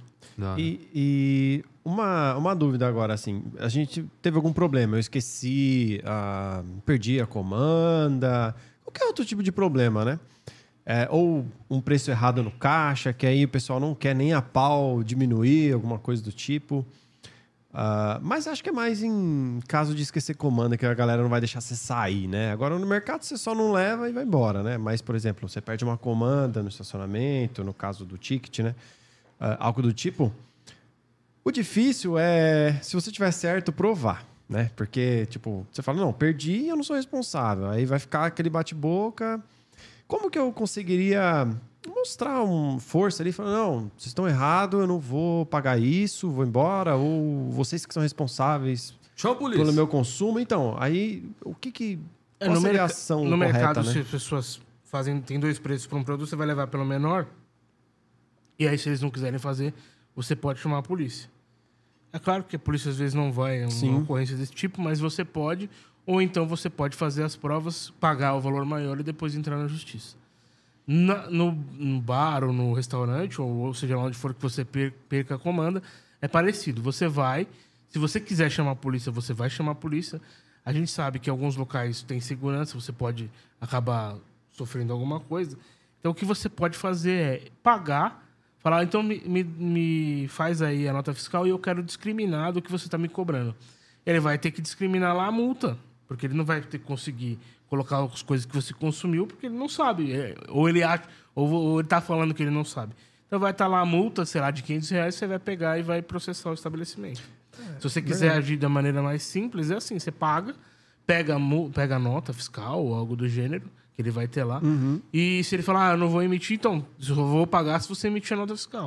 E uma dúvida agora, assim. A gente teve algum problema, eu esqueci, perdi a comanda, qualquer outro tipo de problema, né? Ou um preço errado no caixa, que aí o pessoal não quer nem a pau diminuir, alguma coisa do tipo. Mas acho que é mais em caso de esquecer comanda, que a galera não vai deixar você sair, né? Agora no mercado você só não leva e vai embora, né? Mas, por exemplo, você perde uma comanda no estacionamento, no caso do ticket, né? Algo do tipo. O difícil é, se você tiver certo, provar, né? Porque, tipo, você fala, não, perdi e eu não sou responsável. Aí vai ficar aquele bate-boca. Como que eu conseguiria mostrar força ali? Falar, não, vocês estão errados, eu não vou pagar isso, vou embora. Ou vocês que são responsáveis Chama a polícia. pelo meu consumo. Então, aí, qual seria a ação no correta, mercado, né? se as pessoas tem dois preços para um produto, você vai levar pelo menor. E aí, se eles não quiserem fazer, você pode chamar a polícia. É claro que a polícia às vezes não vai a uma ocorrência desse tipo, mas você pode, ou então você pode fazer as provas, pagar o valor maior e depois entrar na justiça. No bar ou no restaurante, ou seja lá onde for que você perca a comanda, é parecido. Você vai, se você quiser chamar a polícia, você vai chamar a polícia. A gente sabe que alguns locais têm segurança, você pode acabar sofrendo alguma coisa. Então, o que você pode fazer é pagar, falar, então me faz aí a nota fiscal e eu quero discriminar do que você está me cobrando. Ele vai ter que discriminar lá a multa, porque ele não vai ter que conseguir colocar as coisas que você consumiu, porque ele não sabe. Ou ele acha, ou ele está falando que ele não sabe. Então vai estar lá a multa, sei lá, de R$500, você vai pegar e vai processar o estabelecimento. Se você quiser agir da maneira mais simples, é assim, você paga, pega a nota fiscal ou algo do gênero, que ele vai ter lá. E se ele falar, eu não vou emitir, então, eu vou pagar se você emitir a nota fiscal.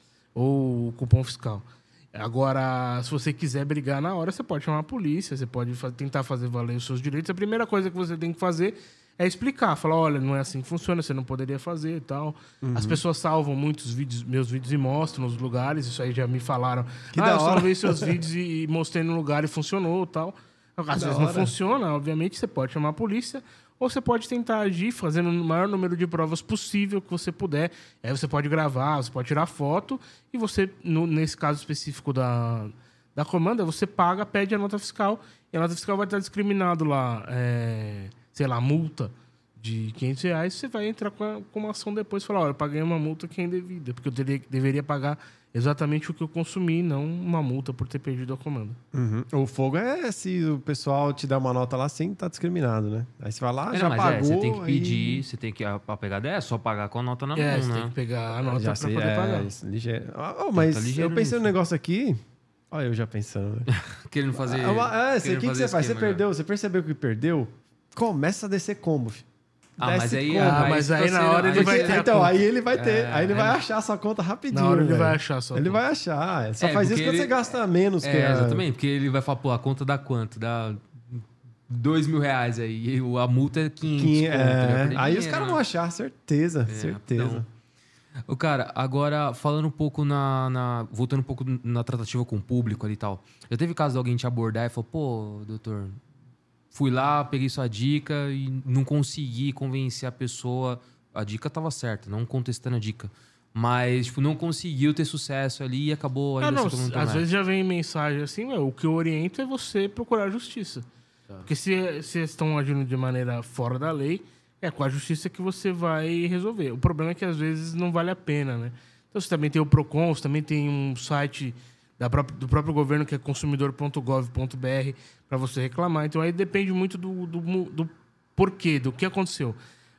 Ou o cupom fiscal. Agora, se você quiser brigar na hora, você pode chamar a polícia, você pode tentar fazer valer os seus direitos. A primeira coisa que você tem que fazer é explicar. Falar, olha, não é assim que funciona, você não poderia fazer e tal. As pessoas salvam muitos vídeos, meus vídeos e mostram nos lugares. Isso aí já me falaram. Que da eu hora. salvei seus vídeos e mostrei no lugar e funcionou e tal. Às vezes não funciona, obviamente, você pode chamar a polícia. Ou você pode tentar agir fazendo o maior número de provas possível que você puder. Aí você pode gravar, você pode tirar foto. E você, nesse caso específico da comanda, você paga, pede a nota fiscal. E a nota fiscal vai estar discriminado lá, sei lá, multa de R$500. Você vai entrar com uma ação depois e falar, olha, eu paguei uma multa que é indevida. Porque eu deveria pagar exatamente o que eu consumi, não uma multa por ter perdido a comanda. O fogo é se o pessoal te dá uma nota lá sem tá discriminado, né? Aí você vai lá, já mas pagou. você tem que aí- pedir, você tem que... A pegada é só pagar com a nota na mão, Você né? tem que pegar a nota Já para sei, poder pagar. ligeiro. Mas Tá ligeiro eu pensei nisso. no negócio aqui... Olha eu já pensando. Né? Querendo fazer... O que querendo que você faz? Você esquema, perdeu, você percebeu que perdeu? Começa a descer combo, filho. Mas Desce aí... combo. mas aí na hora ele vai ter a Então, conta. aí ele vai ter. Aí ele vai achar a sua conta rapidinho. Na hora ele velho. vai achar a sua Ele conta. vai achar. Só É, faz isso porque quando você ele- gasta menos que a... Exatamente, porque ele vai falar, pô, a conta dá quanto? Dá R$2.000 aí. E a multa é 500 Que- conto, né? Eu perdi Aí os dinheiro, caras né? vão achar, certeza. Certeza. então. Ô, cara, agora falando um pouco voltando um pouco na tratativa com o público ali e tal. Já teve caso de alguém te abordar e falar, pô, doutor, fui lá, peguei sua dica e não consegui convencer a pessoa. A dica tava certa, não contestando a dica. Mas, tipo, não conseguiu ter sucesso ali e acabou ainda Não, se tornando às tomate. vezes já vem mensagem assim, o que eu oriento é você procurar a justiça. Porque se estão agindo de maneira fora da lei, é com a justiça que você vai resolver. O problema é que às vezes não vale a pena, né? Então você também tem o Procon, você também tem um site do próprio governo que é consumidor.gov.br para você reclamar. Então aí depende muito do porquê, do que aconteceu.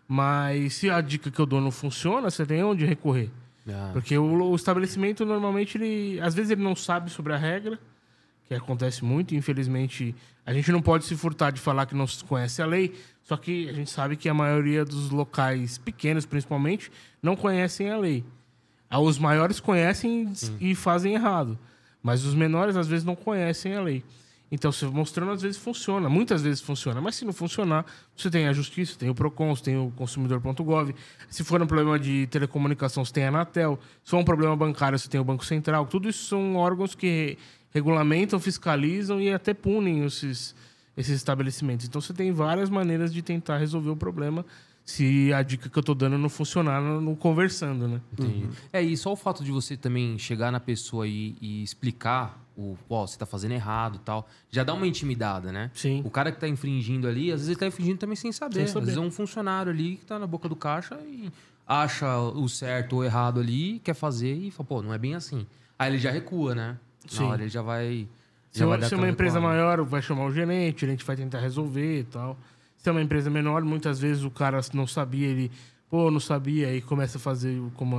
Mas se a dica que eu dou não funciona, você tem onde recorrer. Ah. Porque o estabelecimento, normalmente, às vezes ele não sabe sobre a regra, que acontece muito. Infelizmente, a gente não pode se furtar de falar que não conhece a lei, só que a gente sabe que a maioria dos locais pequenos, principalmente, não conhecem a lei. Os maiores conhecem e fazem errado, mas os menores, às vezes, não conhecem a lei. Então, você mostrando, às vezes funciona. Muitas vezes funciona. Mas se não funcionar, você tem a Justiça, tem o Procon, você tem o consumidor.gov. Se for um problema de telecomunicação, você tem a Anatel. Se for um problema bancário, você tem o Banco Central. Tudo isso são órgãos que regulamentam, fiscalizam e até punem esses estabelecimentos. Então, você tem várias maneiras de tentar resolver o problema se a dica que eu estou dando não funcionar no conversando, né? Entendi. E só o fato de você também chegar na pessoa e explicar você tá fazendo errado e tal, já dá uma intimidada, né? Sim. O cara que tá infringindo ali, às vezes ele tá infringindo também sem saber. Sem saber. Às vezes é um funcionário ali que tá na boca do caixa e acha o certo ou errado ali, quer fazer e fala, pô, não é bem assim. Aí ele já recua, né? Sim. Na hora ele já vai... Se já vai dar é uma aquela empresa recuada. maior, vai chamar o gerente vai tentar resolver e tal. Se é uma empresa menor, muitas vezes o cara não sabia, ele... Pô, não sabia, aí começa a fazer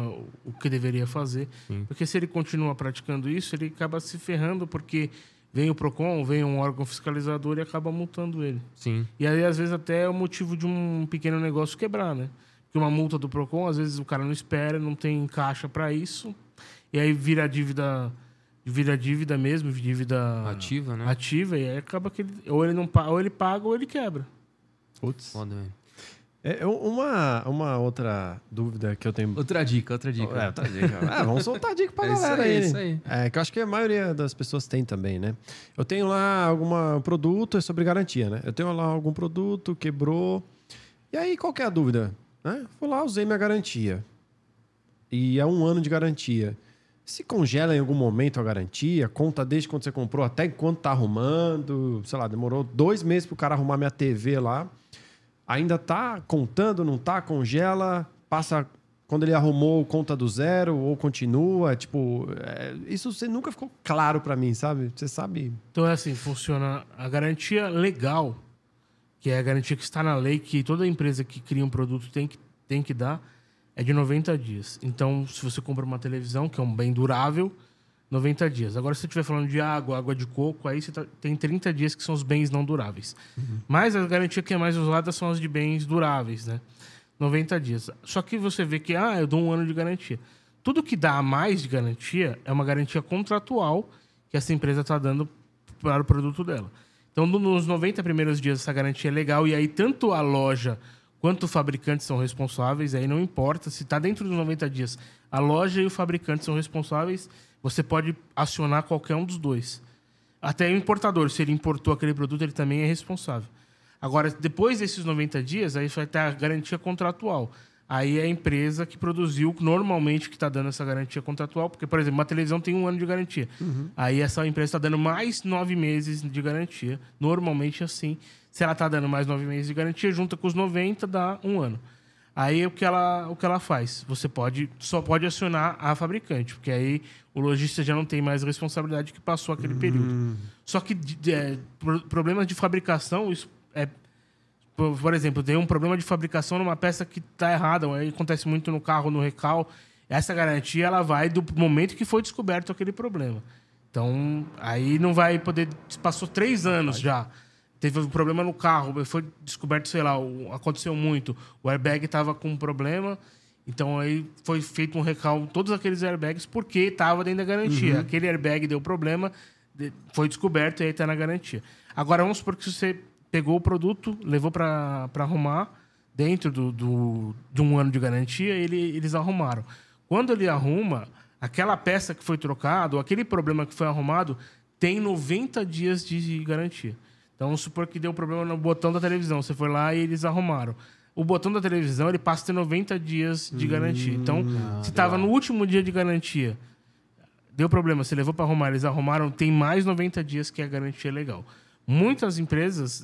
o que deveria fazer. Sim. Porque se ele continua praticando isso, ele acaba se ferrando, porque vem o Procon, vem um órgão fiscalizador e acaba multando ele. Sim. E aí, às vezes, até é o motivo de um pequeno negócio quebrar, né? Porque uma multa do Procon, às vezes, o cara não espera, não tem caixa para isso. E aí vira dívida mesmo, dívida Ativa, né? ativa, e aí acaba que ou ele paga ou ele quebra. Putz. Foda, velho. Uma outra dúvida que eu tenho... Outra dica. outra dica. Vamos soltar dica pra É isso galera aí, aí. isso aí. Que eu acho que a maioria das pessoas tem também, né? Eu tenho lá algum produto, é sobre garantia, né? Eu tenho lá algum produto, quebrou. E aí, qual que é a dúvida? Né? Vou lá, usei minha garantia. E é 1 ano de garantia. Se congela em algum momento a garantia, conta desde quando você comprou até enquanto tá arrumando. Sei lá, demorou 2 meses pro cara arrumar minha TV lá. Ainda tá contando, não tá? Congela, passa... Quando ele arrumou, conta do zero ou continua. Tipo, isso você nunca ficou claro pra mim, sabe? Você sabe... Então é assim, funciona a garantia legal, que é a garantia que está na lei, que toda empresa que cria um produto tem que dar, é de 90 dias. Então, se você compra uma televisão, que é um bem durável, 90 dias. Agora, se você estiver falando de água de coco, aí você tem 30 dias que são os bens não duráveis. Mas a garantia que é mais usada são as de bens duráveis, né? 90 dias. Só que você vê que, eu dou 1 ano de garantia. Tudo que dá a mais de garantia é uma garantia contratual que essa empresa está dando para o produto dela. Então, nos 90 primeiros dias, essa garantia é legal. E aí, tanto a loja quanto o fabricante são responsáveis. Aí não importa. Se está dentro dos 90 dias, a loja e o fabricante são responsáveis. Você pode acionar qualquer um dos dois. Até o importador, se ele importou aquele produto, ele também é responsável. Agora, depois desses 90 dias, aí vai ter a garantia contratual. Aí é a empresa que produziu, normalmente, que está dando essa garantia contratual. Porque, por exemplo, uma televisão tem 1 ano de garantia. Aí essa empresa está dando mais 9 meses de garantia. Normalmente assim. Se ela está dando mais 9 meses de garantia, junta com os 90, dá 1 ano. Aí o que ela faz? Você só pode acionar a fabricante, porque aí o lojista já não tem mais responsabilidade que passou aquele período. Só que problemas de fabricação, por exemplo, tem um problema de fabricação numa peça que está errada, aí acontece muito no carro, no recal. Essa garantia ela vai do momento que foi descoberto aquele problema. Então, aí não vai poder... Passou 3 anos já. Teve um problema no carro, foi descoberto, sei lá, aconteceu muito. O airbag estava com um problema, então aí foi feito um recall todos aqueles airbags porque estava dentro da garantia. Aquele airbag deu problema, foi descoberto e aí está na garantia. Agora, vamos supor que você pegou o produto, levou para arrumar, dentro de 1 ano de garantia, eles arrumaram. Quando ele arruma, aquela peça que foi trocada, ou aquele problema que foi arrumado, tem 90 dias de garantia. Então, vamos supor que deu problema no botão da televisão. Você foi lá e eles arrumaram. O botão da televisão, ele passa a ter 90 dias de garantia. Então, se estava no último dia de garantia, deu problema, você levou para arrumar, eles arrumaram, tem mais 90 dias que a garantia é legal. Muitas empresas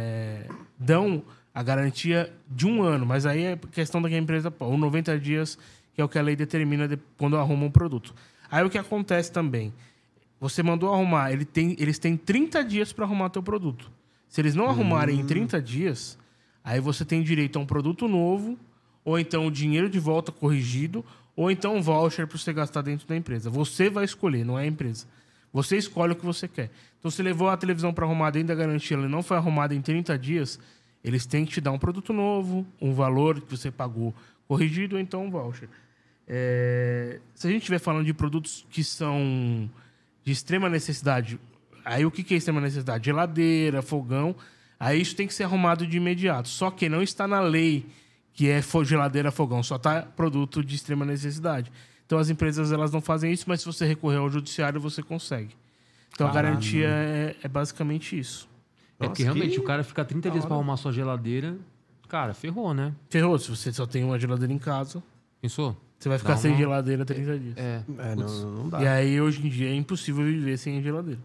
dão a garantia de 1 ano, mas aí é questão da que a empresa... Ou 90 dias, que é o que a lei determina quando arruma um produto. Aí, o que acontece também... Você mandou arrumar, eles têm 30 dias para arrumar teu produto. Se eles não arrumarem em 30 dias, aí você tem direito a um produto novo, ou então o dinheiro de volta corrigido, ou então um voucher para você gastar dentro da empresa. Você vai escolher, não é a empresa. Você escolhe o que você quer. Então, se levou a televisão para arrumar dentro da garantia, ela não foi arrumada em 30 dias, eles têm que te dar um produto novo, um valor que você pagou corrigido, ou então um voucher. Se a gente estiver falando de produtos que são... de extrema necessidade. Aí o que é extrema necessidade? Geladeira, fogão. Aí isso tem que ser arrumado de imediato. Só que não está na lei que é geladeira, fogão. Só está produto de extrema necessidade. Então as empresas elas não fazem isso, mas se você recorrer ao judiciário, você consegue. Então a garantia é basicamente isso. Porque realmente o cara fica 30 dias para arrumar sua geladeira, cara, ferrou, né? Ferrou. Se você só tem uma geladeira em casa... Pensou? Você vai ficar sem geladeira 30 dias. Não dá. E aí, hoje em dia, é impossível viver sem geladeira.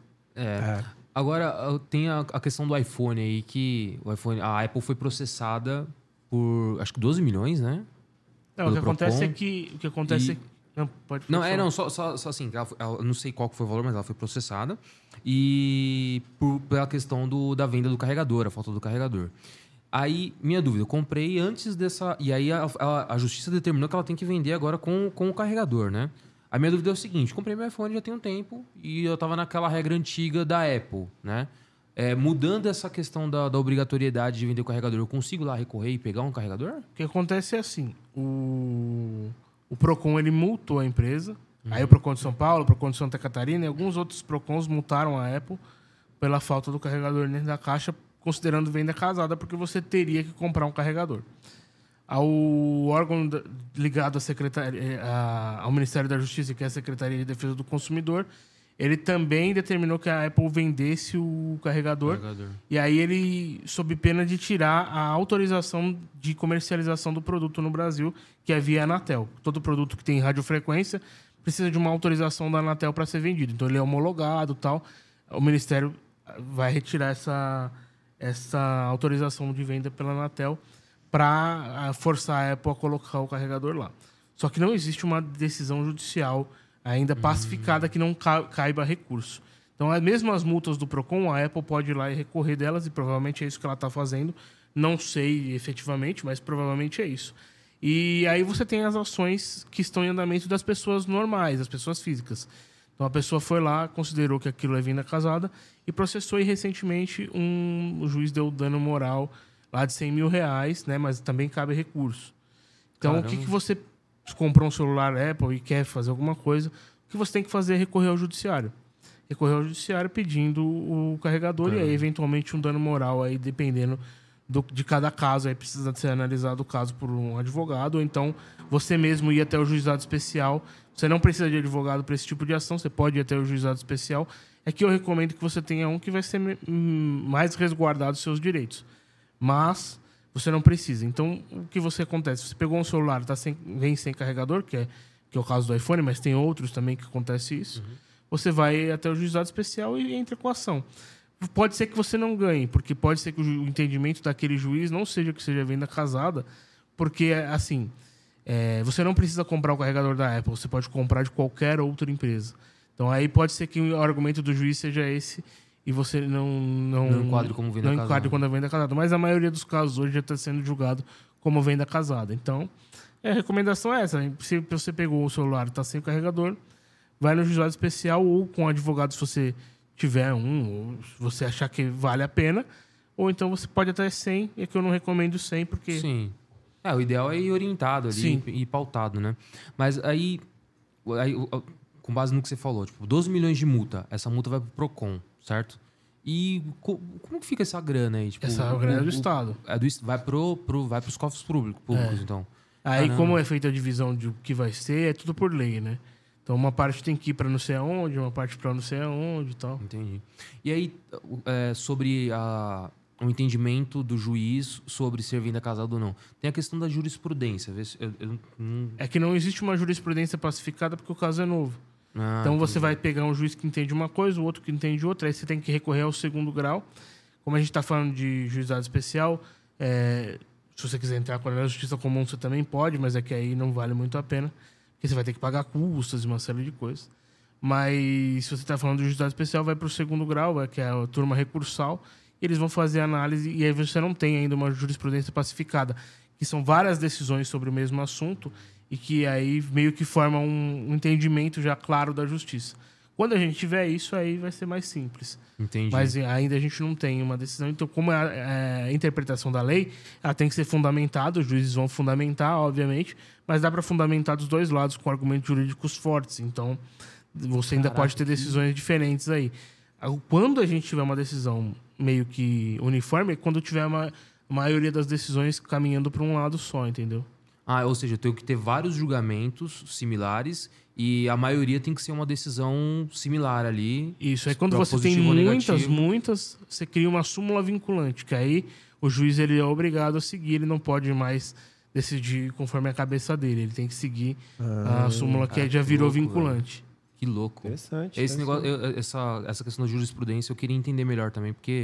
Agora, tem a questão do iPhone aí, que a Apple foi processada por, acho que 12 milhões, né? O que acontece é que... Não, pode falar. Só assim, eu não sei qual que foi o valor, mas ela foi processada. E pela questão da venda do carregador, a falta do carregador. Aí, minha dúvida, eu comprei antes dessa... E aí a justiça determinou que ela tem que vender agora com o carregador, né? A minha dúvida é o seguinte, comprei meu iPhone já tem um tempo e eu tava naquela regra antiga da Apple, né? Mudando essa questão da obrigatoriedade de vender o carregador, eu consigo lá recorrer e pegar um carregador? O que acontece é assim, o Procon, ele multou a empresa, aí o Procon de São Paulo, o Procon de Santa Catarina e alguns outros Procons multaram a Apple pela falta do carregador dentro da caixa, considerando venda casada, porque você teria que comprar um carregador. O órgão ligado ao Ministério da Justiça, que é a Secretaria de Defesa do Consumidor, ele também determinou que a Apple vendesse o carregador. E aí ele, sob pena de tirar a autorização de comercialização do produto no Brasil, que é via Anatel. Todo produto que tem radiofrequência precisa de uma autorização da Anatel para ser vendido. Então ele é homologado e tal. O Ministério vai retirar essa autorização de venda pela Anatel para forçar a Apple a colocar o carregador lá. Só que não existe uma decisão judicial ainda pacificada que não caiba recurso. Então, mesmo as multas do Procon, a Apple pode ir lá e recorrer delas, e provavelmente é isso que ela está fazendo. Não sei efetivamente, mas provavelmente é isso. E aí você tem as ações que estão em andamento das pessoas normais, das pessoas físicas. Então a pessoa foi lá, considerou que aquilo é venda casada e processou, e recentemente o juiz deu dano moral lá de R$100 mil, né? Mas também cabe recurso. Então Caramba. o que você comprou um celular Apple e quer fazer alguma coisa, o que você tem que fazer é recorrer ao judiciário. Recorrer ao judiciário pedindo o carregador, e aí eventualmente um dano moral aí, dependendo de cada caso, aí precisa ser analisado o caso por um advogado, ou então você mesmo ir até o juizado especial. Você não precisa de advogado para esse tipo de ação, você pode ir até o juizado especial. É que eu recomendo que você tenha um que vai ser mais resguardado os seus direitos. Mas você não precisa. Então, o que você acontece? Você pegou um celular, vem sem carregador, que é o caso do iPhone, mas tem outros também que acontece isso. Você vai até o juizado especial e entra com a ação. Pode ser que você não ganhe, porque pode ser que o entendimento daquele juiz não seja que seja venda casada, porque, assim, você não precisa comprar o carregador da Apple, você pode comprar de qualquer outra empresa. Então, aí pode ser que o argumento do juiz seja esse e você não enquadre como venda casada. Não enquadre quando é venda casada. Mas a maioria dos casos hoje já está sendo julgado como venda casada. Então, a recomendação é essa. Se você pegou o celular e está sem o carregador, vai no juizado especial ou com advogado, se você tiver ou se você achar que vale a pena, ou então você pode até 100, é que eu não recomendo 100, porque... Sim. O ideal é ir orientado ali. Sim. E pautado, né? Mas aí, com base no que você falou, tipo, 12 milhões de multa, essa multa vai pro Procon, certo? E como que fica essa grana aí? Tipo, Essa grana é do Estado. Vai pros cofres públicos, então. Aí, Caramba. como é feita a divisão de o que vai ser, é tudo por lei, né? Então, uma parte tem que ir para não sei aonde, uma parte para não sei aonde e tal. Entendi. E aí, sobre o entendimento do juiz sobre ser venda casada ou não. Tem a questão da jurisprudência. É que não existe uma jurisprudência pacificada porque o caso é novo. Então, você vai pegar um juiz que entende uma coisa, o outro que entende outra, aí você tem que recorrer ao segundo grau. Como a gente está falando de juizado especial, se você quiser entrar com a justiça comum, você também pode, mas é que aí não vale muito a pena, porque você vai ter que pagar custas e uma série de coisas. Mas se você está falando de juizado especial, vai para o segundo grau, que é a turma recursal, e eles vão fazer a análise, e aí você não tem ainda uma jurisprudência pacificada, que são várias decisões sobre o mesmo assunto, e que aí meio que forma um entendimento já claro da justiça. Quando a gente tiver isso, aí vai ser mais simples. Entendi. Mas ainda a gente não tem uma decisão. Então, como é a interpretação da lei, ela tem que ser fundamentada, os juízes vão fundamentar, obviamente, mas dá para fundamentar dos dois lados com argumentos jurídicos fortes. Então, você ainda pode ter decisões diferentes aí. Quando a gente tiver uma decisão meio que uniforme, é quando tiver a maioria das decisões caminhando para um lado só, entendeu? Ou seja, eu tenho que ter vários julgamentos similares e a maioria tem que ser uma decisão similar ali. Isso, aí quando você tem muitas, você cria uma súmula vinculante, que aí o juiz ele é obrigado a seguir, ele não pode mais decidir conforme a cabeça dele, ele tem que seguir a súmula que já virou louco, vinculante. Velho. Que louco. Interessante. Esse negócio, essa questão da jurisprudência eu queria entender melhor também, porque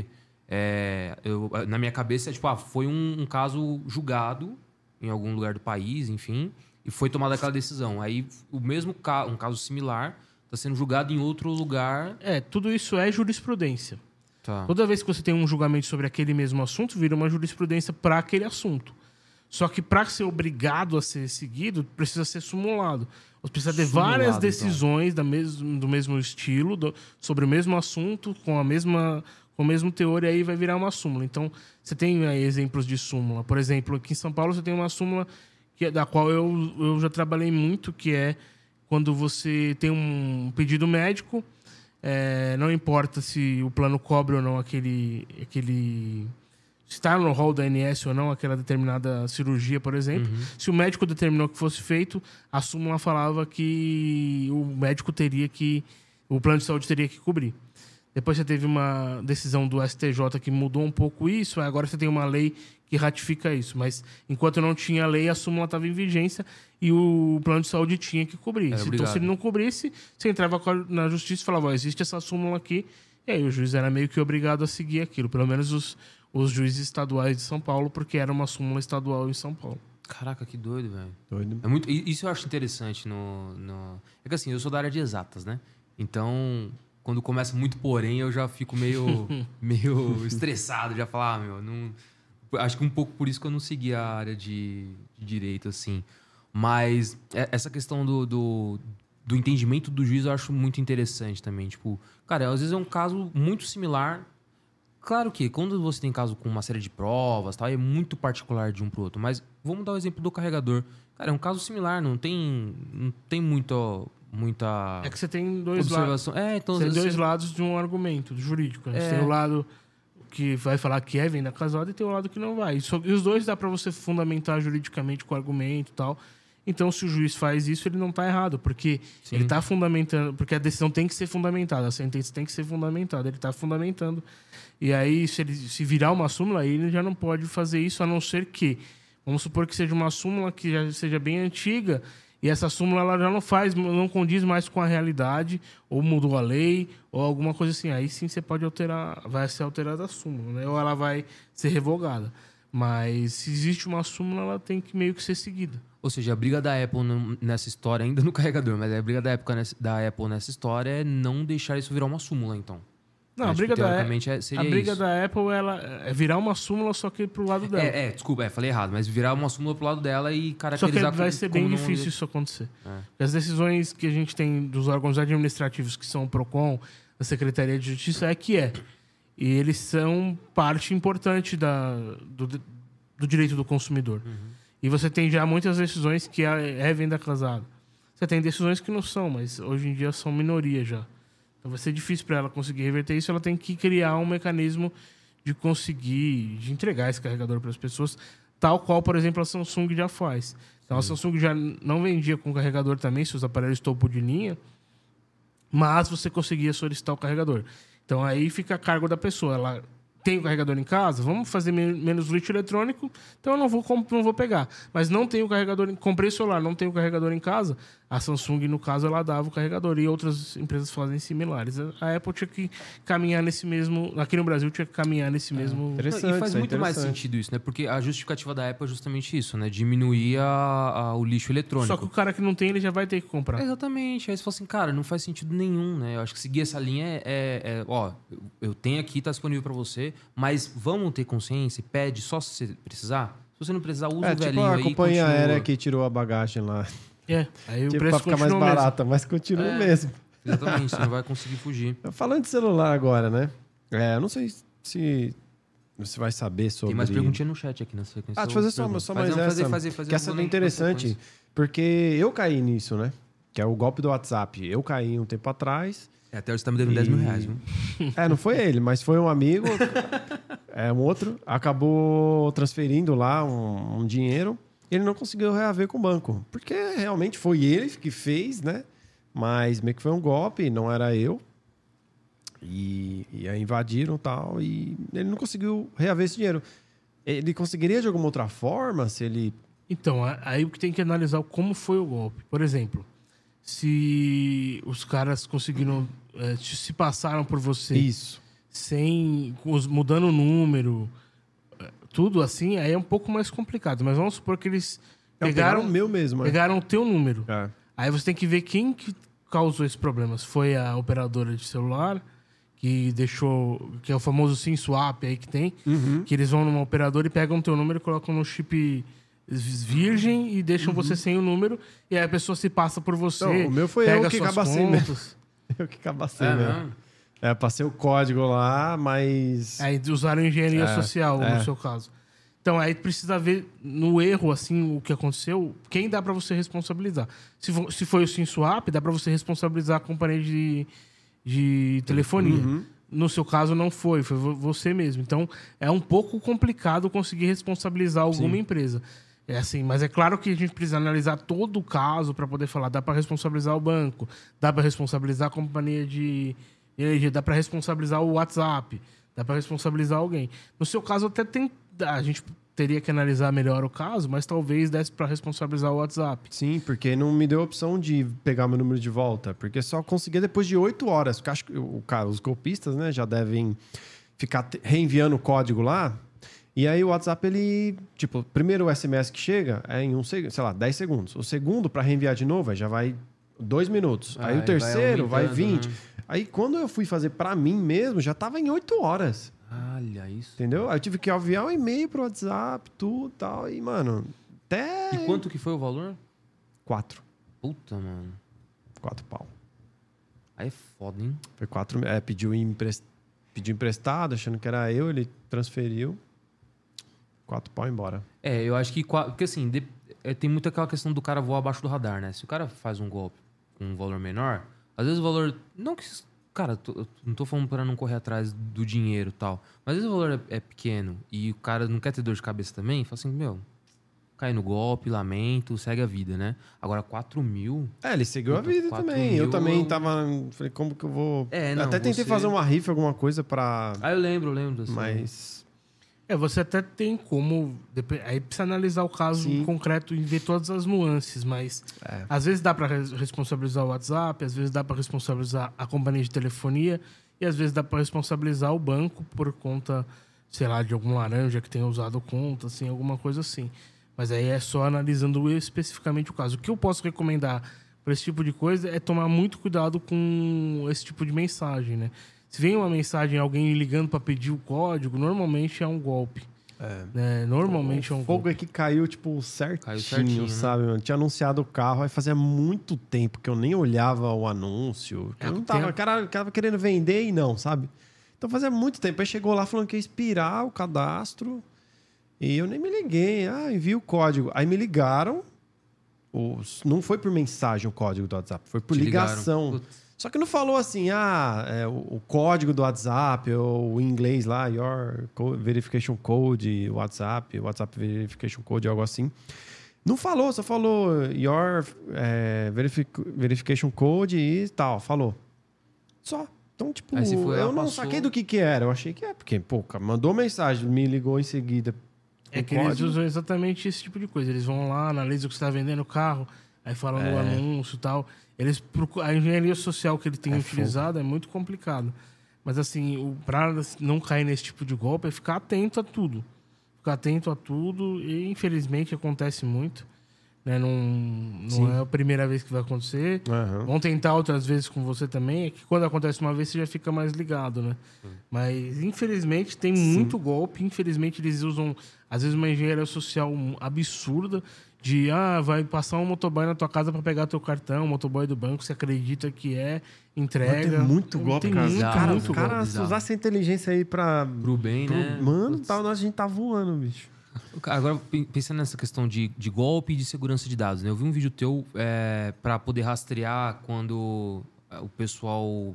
na minha cabeça, foi um caso julgado em algum lugar do país, enfim, e foi tomada aquela decisão. Aí, um caso similar está sendo julgado em outro lugar. Tudo isso é jurisprudência. Tá. Toda vez que você tem um julgamento sobre aquele mesmo assunto, vira uma jurisprudência para aquele assunto. Só que para ser obrigado a ser seguido, precisa ser simulado. Você precisa ter várias decisões do mesmo estilo, sobre o mesmo assunto, com o mesmo teor, e aí vai virar uma súmula. Então, você tem aí exemplos de súmula. Por exemplo, aqui em São Paulo você tem uma súmula da qual eu já trabalhei muito, que é quando você tem um pedido médico, não importa se o plano cobre ou não aquele se está no rol da ANS ou não, aquela determinada cirurgia, por exemplo. Se o médico determinou que fosse feito, a súmula falava que o plano de saúde teria que cobrir. Depois você teve uma decisão do STJ que mudou um pouco isso, agora você tem uma lei que ratifica isso. Mas enquanto não tinha lei, a súmula estava em vigência e o plano de saúde tinha que cobrir. Então, se ele não cobrisse, você entrava na justiça e falava, existe essa súmula aqui, e aí o juiz era meio que obrigado a seguir aquilo. Pelo menos os juízes estaduais de São Paulo, porque era uma súmula estadual em São Paulo. Caraca, que doido, velho. Doido. Isso eu acho interessante É que assim, eu sou da área de exatas, né? Então, quando começa muito porém, eu já fico meio estressado, já falo, não... Acho que um pouco por isso que eu não segui a área de direito, assim. Mas essa questão do entendimento do juiz eu acho muito interessante também. Tipo, cara, às vezes é um caso muito similar. Claro que quando você tem caso com uma série de provas, tal, é muito particular de um pro outro. Mas vamos dar o exemplo do carregador. Cara, é um caso similar, não tem muita É que você tem dois lados. observação. Então, Você tem às vezes dois lados de um argumento jurídico. Né? Você tem o lado que vai falar que é venda casada e tem o lado que não vai. E os dois dá para você fundamentar juridicamente com argumento e tal. Então, se o juiz faz isso, ele não está errado, porque ele está fundamentando, porque a decisão tem que ser fundamentada, a sentença tem que ser fundamentada, ele está fundamentando. E aí, se virar uma súmula, aí ele já não pode fazer isso, a não ser que, vamos supor que seja uma súmula que já seja bem antiga, e essa súmula ela já não condiz mais com a realidade, ou mudou a lei, ou alguma coisa assim. Aí sim você pode alterar, vai ser alterada a súmula, né? Ou ela vai ser revogada. Mas se existe uma súmula, ela tem que meio que ser seguida. Ou seja, a briga da Apple nessa história, ainda no carregador, mas a briga da Apple nessa história é não deixar isso virar uma súmula, então. Não, a Acho briga que, teoricamente, seria a briga isso. da Apple ela é virar uma súmula, só que pro lado dela. Desculpa, falei errado, mas virar uma súmula pro lado dela e Só que caracterizar vai ser bem como não- difícil isso acontecer. Porque as decisões que a gente tem dos órgãos administrativos, que são o PROCON, a Secretaria de Justiça, e eles são parte importante do direito do consumidor. E você tem já muitas decisões que é venda casada. Você tem decisões que não são, mas hoje em dia são minoria já. Então vai ser difícil para ela conseguir reverter isso. Ela tem que criar um mecanismo de conseguir, de entregar esse carregador para as pessoas, tal qual, por exemplo, a Samsung já faz. Então a Samsung já não vendia com carregador também, seus aparelhos topo de linha, mas você conseguia solicitar o carregador. Então aí fica a cargo da pessoa. Ela tem o carregador em casa, vamos fazer menos lixo eletrônico, então eu não vou pegar. Mas não tem o carregador, comprei celular, não tem o carregador em casa, a Samsung, no caso, ela dava o carregador e outras empresas fazem similares. A Apple tinha que caminhar nesse mesmo... Aqui no Brasil tinha que caminhar nesse mesmo... Não, e faz muito mais sentido isso, né? Porque a justificativa da Apple é justamente isso, né? Diminuir o lixo eletrônico. Só que o cara que não tem, ele já vai ter que comprar. Exatamente. Aí você fala assim, cara, não faz sentido nenhum, né? Eu acho que seguir essa linha eu tenho aqui, tá disponível pra você, mas vamos ter consciência e pede só se você precisar. Se você não precisar, usa o velhinho tipo a aí. companhia aérea que tirou a bagagem lá. Aí o Tipo, preço pra ficar mais continua mesmo. barata, mas continua mesmo. Exatamente, você não vai conseguir fugir. Falando de celular agora, né? Eu não sei se você vai saber sobre... Tem mais perguntinha no chat aqui na sequência. deixa eu fazer só mais essa. Fazer, que essa é bem interessante, porque eu caí nisso, né? Que é o golpe do WhatsApp. Eu caí um tempo atrás. Até hoje você tá me devendo 10 mil reais, viu? Não foi ele, mas foi um amigo, um outro, acabou transferindo lá um dinheiro. Ele não conseguiu reaver com o banco. Porque realmente foi ele que fez, né? Mas meio que foi um golpe, não era eu. E aí invadiram e tal. E ele não conseguiu reaver esse dinheiro. Ele conseguiria de alguma outra forma se ele... Então, aí o que tem que analisar como foi o golpe. Por exemplo, se os caras conseguiram... se passaram por você... Isso. Mudando o número... Tudo assim, aí é um pouco mais complicado. Mas vamos supor que eles pegaram o meu mesmo. Pegaram o teu número. É. Aí você tem que ver quem que causou esse problema. Se foi a operadora de celular, que deixou... Que é o famoso SIM swap aí que tem. Que eles vão numa operadora e pegam o teu número e colocam no chip virgem e deixam você sem o número. E aí a pessoa se passa por você. Não, o meu foi pega eu que suas cabacei contas. mesmo. Eu que cabacei mesmo. Passei o código lá, mas... Aí usaram engenharia social, no seu caso. Então, aí precisa ver no erro, assim, o que aconteceu, quem dá para você responsabilizar. Se foi o SIM swap, dá para você responsabilizar a companhia de telefonia. No seu caso, não foi você mesmo. Então, é um pouco complicado conseguir responsabilizar alguma empresa. É assim, mas é claro que a gente precisa analisar todo o caso para poder falar, dá para responsabilizar o banco, dá para responsabilizar a companhia de energia, dá para responsabilizar o WhatsApp, dá para responsabilizar alguém. No seu caso, até a gente teria que analisar melhor o caso, mas talvez desse para responsabilizar o WhatsApp. Sim, porque não me deu a opção de pegar meu número de volta, porque só conseguia depois de 8 horas. Porque acho que os golpistas, né, já devem ficar reenviando o código lá. E aí o WhatsApp, ele... Tipo, primeiro o SMS que chega é em 10 segundos. O segundo, para reenviar de novo, aí já vai 2 minutos. Aí o terceiro vai 20. Né? Aí quando eu fui fazer para mim mesmo, já tava em 8 horas. Olha isso. Entendeu? Aí eu tive que enviar um e-mail pro WhatsApp, tudo e tal. E, mano, até... E quanto que foi o valor? 4. Puta, mano. 4 pau. Aí é foda, hein? Foi 4 mil. Pediu emprestado, achando que era eu, ele transferiu. 4 pau embora. Eu acho que... Porque assim, tem muito aquela questão do cara voar abaixo do radar, né? Se o cara faz um golpe com um valor menor, às vezes o valor... Não que... Cara, eu não tô falando pra não correr atrás do dinheiro e tal. Mas às vezes o valor é pequeno e o cara não quer ter dor de cabeça também. Fala assim, cai no golpe, lamento, segue a vida, né? Agora, 4 mil... Ele seguiu a vida também. Eu também tava... Falei, como que eu vou... Até tentei fazer uma rifa, alguma coisa pra... eu lembro. Assim. Mas... Você até tem como... Aí precisa analisar o caso concreto e ver todas as nuances, mas... Às vezes dá para responsabilizar o WhatsApp, às vezes dá para responsabilizar a companhia de telefonia e às vezes dá para responsabilizar o banco por conta, sei lá, de algum laranja que tenha usado conta, assim, alguma coisa assim. Mas aí é só analisando especificamente o caso. O que eu posso recomendar para esse tipo de coisa é tomar muito cuidado com esse tipo de mensagem, né? Se vem uma mensagem, alguém ligando para pedir o código, normalmente é um golpe. Né? Normalmente é um golpe. O fogo é que caiu, tipo, certinho, sabe? Né? Tinha anunciado o carro, aí fazia muito tempo que eu nem olhava o anúncio. Eu não tava, o cara tava querendo vender e não, sabe? Então fazia muito tempo. Aí chegou lá falando que ia expirar o cadastro e eu nem me liguei. Envia o código. Aí me ligaram. Não foi por mensagem o código do WhatsApp, foi por ligação. Só que não falou assim, o código do WhatsApp, ou o inglês lá, your verification code, WhatsApp verification code, algo assim. Não falou, só falou your verification code e tal, falou. Só. Então, tipo, eu não saquei do que era. Eu achei que porque, mandou mensagem, me ligou em seguida. Que eles usam exatamente esse tipo de coisa. Eles vão lá, analisam o que você está vendendo o carro, aí falam do anúncio e tal. A engenharia social que ele tem utilizado é muito complicado. Mas, assim, para não cair nesse tipo de golpe é ficar atento a tudo. Ficar atento a tudo e, infelizmente, acontece muito. Né? Não é a primeira vez que vai acontecer. Vão tentar outras vezes com você também. É que quando acontece uma vez, você já fica mais ligado, né? Mas, infelizmente, tem muito golpe. Infelizmente, eles usam, às vezes, uma engenharia social absurda de, vai passar um motoboy na tua casa para pegar teu cartão, um motoboy do banco, você acredita que entrega. Tem muito golpe, cara. Os caras golpe. Usar essa inteligência aí pro bem, né? Mano, a gente tá voando, bicho. Agora, pensando nessa questão de golpe e de segurança de dados, né? Eu vi um vídeo teu para poder rastrear quando o pessoal...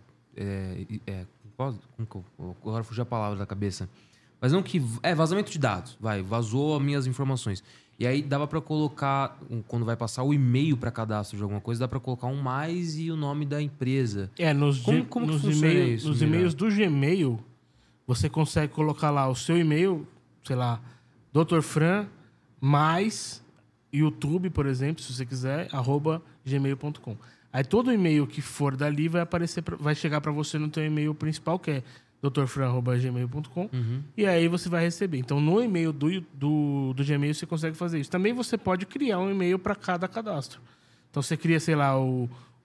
agora fugiu a palavra da cabeça. Mas não que... vazamento de dados. Vazou as minhas informações. E aí dava para colocar, quando vai passar o e-mail para cadastro de alguma coisa, dá para colocar um mais e o nome da empresa. Como nos funciona isso? Nos e-mails do Gmail, você consegue colocar lá o seu e-mail, sei lá, Dr. Fran, mais YouTube, por exemplo, se você quiser, @gmail.com. Aí todo e-mail que for dali vai chegar para você no teu e-mail principal, que é drfran@gmail.com, e aí você vai receber. Então, no e-mail do Gmail, você consegue fazer isso. Também você pode criar um e-mail para cada cadastro. Então, você cria, sei lá, o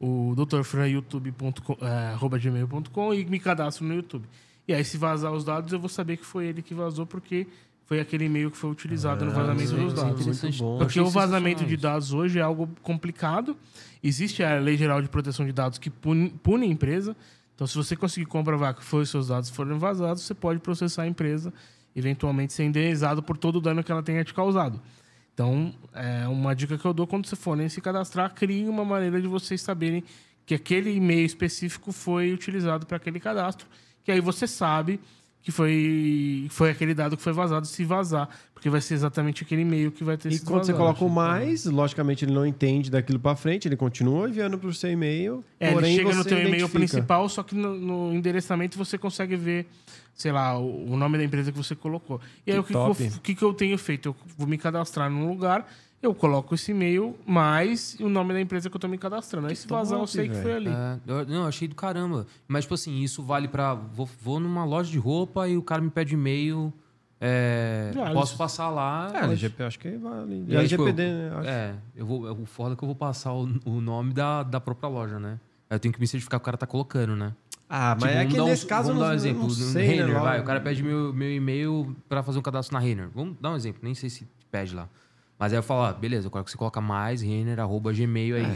drfranyoutube.com, @gmail.com e me cadastro no YouTube. E aí, se vazar os dados, eu vou saber que foi ele que vazou, porque foi aquele e-mail que foi utilizado no vazamento dos dados. Porque o vazamento de dados hoje é algo complicado. Existe a Lei Geral de Proteção de Dados que pune a empresa. Então, se você conseguir comprovar que os seus dados foram vazados, você pode processar a empresa, eventualmente ser indenizado por todo o dano que ela tenha te causado. Então, uma dica que eu dou quando você for se cadastrar, crie uma maneira de vocês saberem que aquele e-mail específico foi utilizado para aquele cadastro, que aí você sabe que foi aquele dado que foi vazado, se vazar, porque vai ser exatamente aquele e-mail que vai ter sido vazado. E quando você coloca o mais, logicamente ele não entende daquilo para frente, ele continua enviando para o seu e-mail. Ele chega no teu e-mail principal, só que no endereçamento você consegue ver, sei lá, o nome da empresa que você colocou. E aí o que eu tenho feito? Eu vou me cadastrar num lugar, eu coloco esse e-mail mais o nome da empresa que eu tô me cadastrando. Aí se vazar, eu sei que foi ali. Eu achei do caramba. Mas, tipo assim, isso vale pra... Vou numa loja de roupa e o cara me pede e-mail... posso passar lá... LGP, acho que vale. E aí, LGPD, né? O foda é que eu vou passar o nome da própria loja, né? Eu tenho que me certificar que o cara tá colocando, né? Mas é que nesse caso... Vamos dar um exemplo. Não sei, Renner, né? O cara pede meu e-mail pra fazer um cadastro na Renner. Vamos dar um exemplo. Nem sei se pede lá. Mas aí eu falo, beleza, eu quero que você coloca mais Renner, @gmail aí.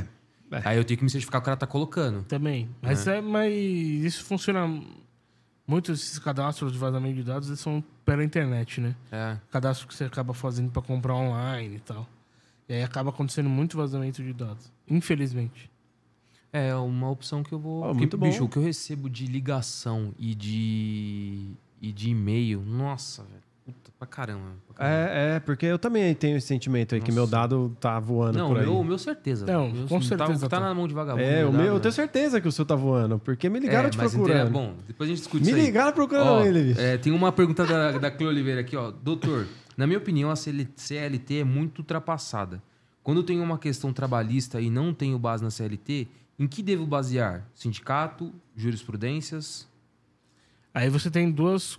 Aí eu tenho que me certificar que o cara tá colocando. Também. Mas isso funciona... Muitos desses cadastros de vazamento de dados eles são pela internet, né? Cadastro que você acaba fazendo para comprar online e tal. E aí acaba acontecendo muito vazamento de dados. Infelizmente. É uma opção que eu vou... muito bom. Bicho, o que eu recebo de ligação e de e-mail... Nossa, velho. Puta, pra caramba. Porque eu também tenho esse sentimento aí que meu dado tá voando por aí. O meu certeza. Não, com certeza Tá na mão de vagabundo. O meu, eu né? tenho certeza que o seu tá voando, porque me ligaram te procurando. Bom, depois a gente discute Me isso aí. ligaram procurando ele, bicho. Tem uma pergunta da Cleo Oliveira aqui, ó. Doutor, na minha opinião, a CLT é muito ultrapassada. Quando tenho uma questão trabalhista e não tenho base na CLT, em que devo basear? Sindicato, jurisprudências? Aí você tem duas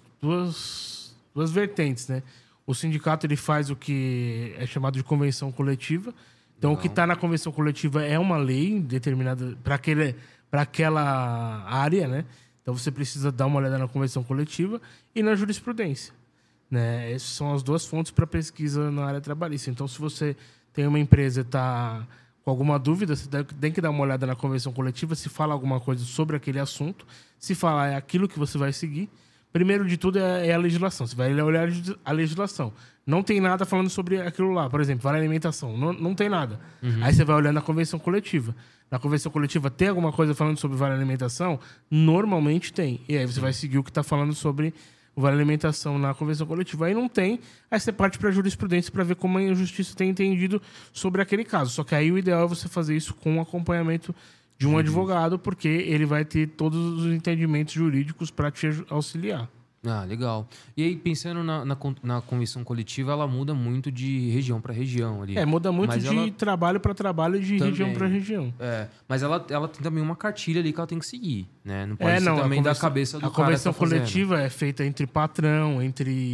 vertentes, né? O sindicato ele faz o que é chamado de convenção coletiva. Então, o que está na convenção coletiva é uma lei determinada para aquela área, né? Então, você precisa dar uma olhada na convenção coletiva e na jurisprudência, né? Essas são as duas fontes para pesquisa na área trabalhista. Então, se você tem uma empresa e está com alguma dúvida, você tem que dar uma olhada na convenção coletiva, se fala alguma coisa sobre aquele assunto. Se falar é aquilo que você vai seguir. Primeiro de tudo é a legislação. Você vai olhar a legislação. Não tem nada falando sobre aquilo lá. Por exemplo, vale alimentação. Não tem nada. Aí você vai olhar na convenção coletiva. Na convenção coletiva tem alguma coisa falando sobre vale alimentação? Normalmente tem. E aí você vai seguir o que está falando sobre o vale alimentação na convenção coletiva. Aí não tem. Aí você parte para a jurisprudência para ver como a justiça tem entendido sobre aquele caso. Só que aí o ideal é você fazer isso com um acompanhamento de um advogado, porque ele vai ter todos os entendimentos jurídicos para te auxiliar. Ah, legal. E aí, pensando na convenção coletiva, ela muda muito de região para região ali. Muda muito trabalho para trabalho e de também, região para região. Mas ela tem também uma cartilha ali que ela tem que seguir, né? Não pode ser também da cabeça do cara. A convenção coletiva é feita entre patrão, entre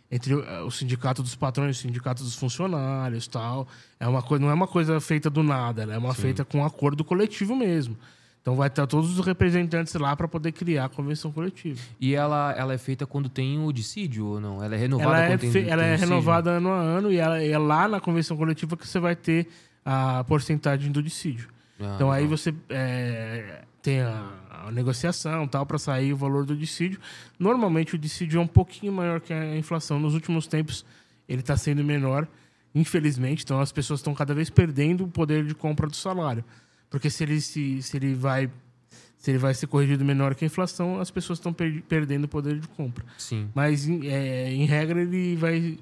o sindicato dos patrões e o sindicato dos funcionários e tal. Não é uma coisa feita do nada, ela é uma feita com acordo coletivo mesmo. Então vai estar todos os representantes lá para poder criar a convenção coletiva. E ela é feita quando tem o dissídio ou não? Ela é renovada quando tem ela é renovada ano a ano e ela é lá na convenção coletiva que você vai ter a porcentagem do dissídio. Então aí você tem a negociação tal para sair o valor do dissídio. Normalmente o dissídio é um pouquinho maior que a inflação. Nos últimos tempos ele está sendo menor, infelizmente. Então as pessoas estão cada vez perdendo o poder de compra do salário. Porque se ele vai ser corrigido menor que a inflação, as pessoas estão perdendo o poder de compra. Sim. Mas, em regra, ele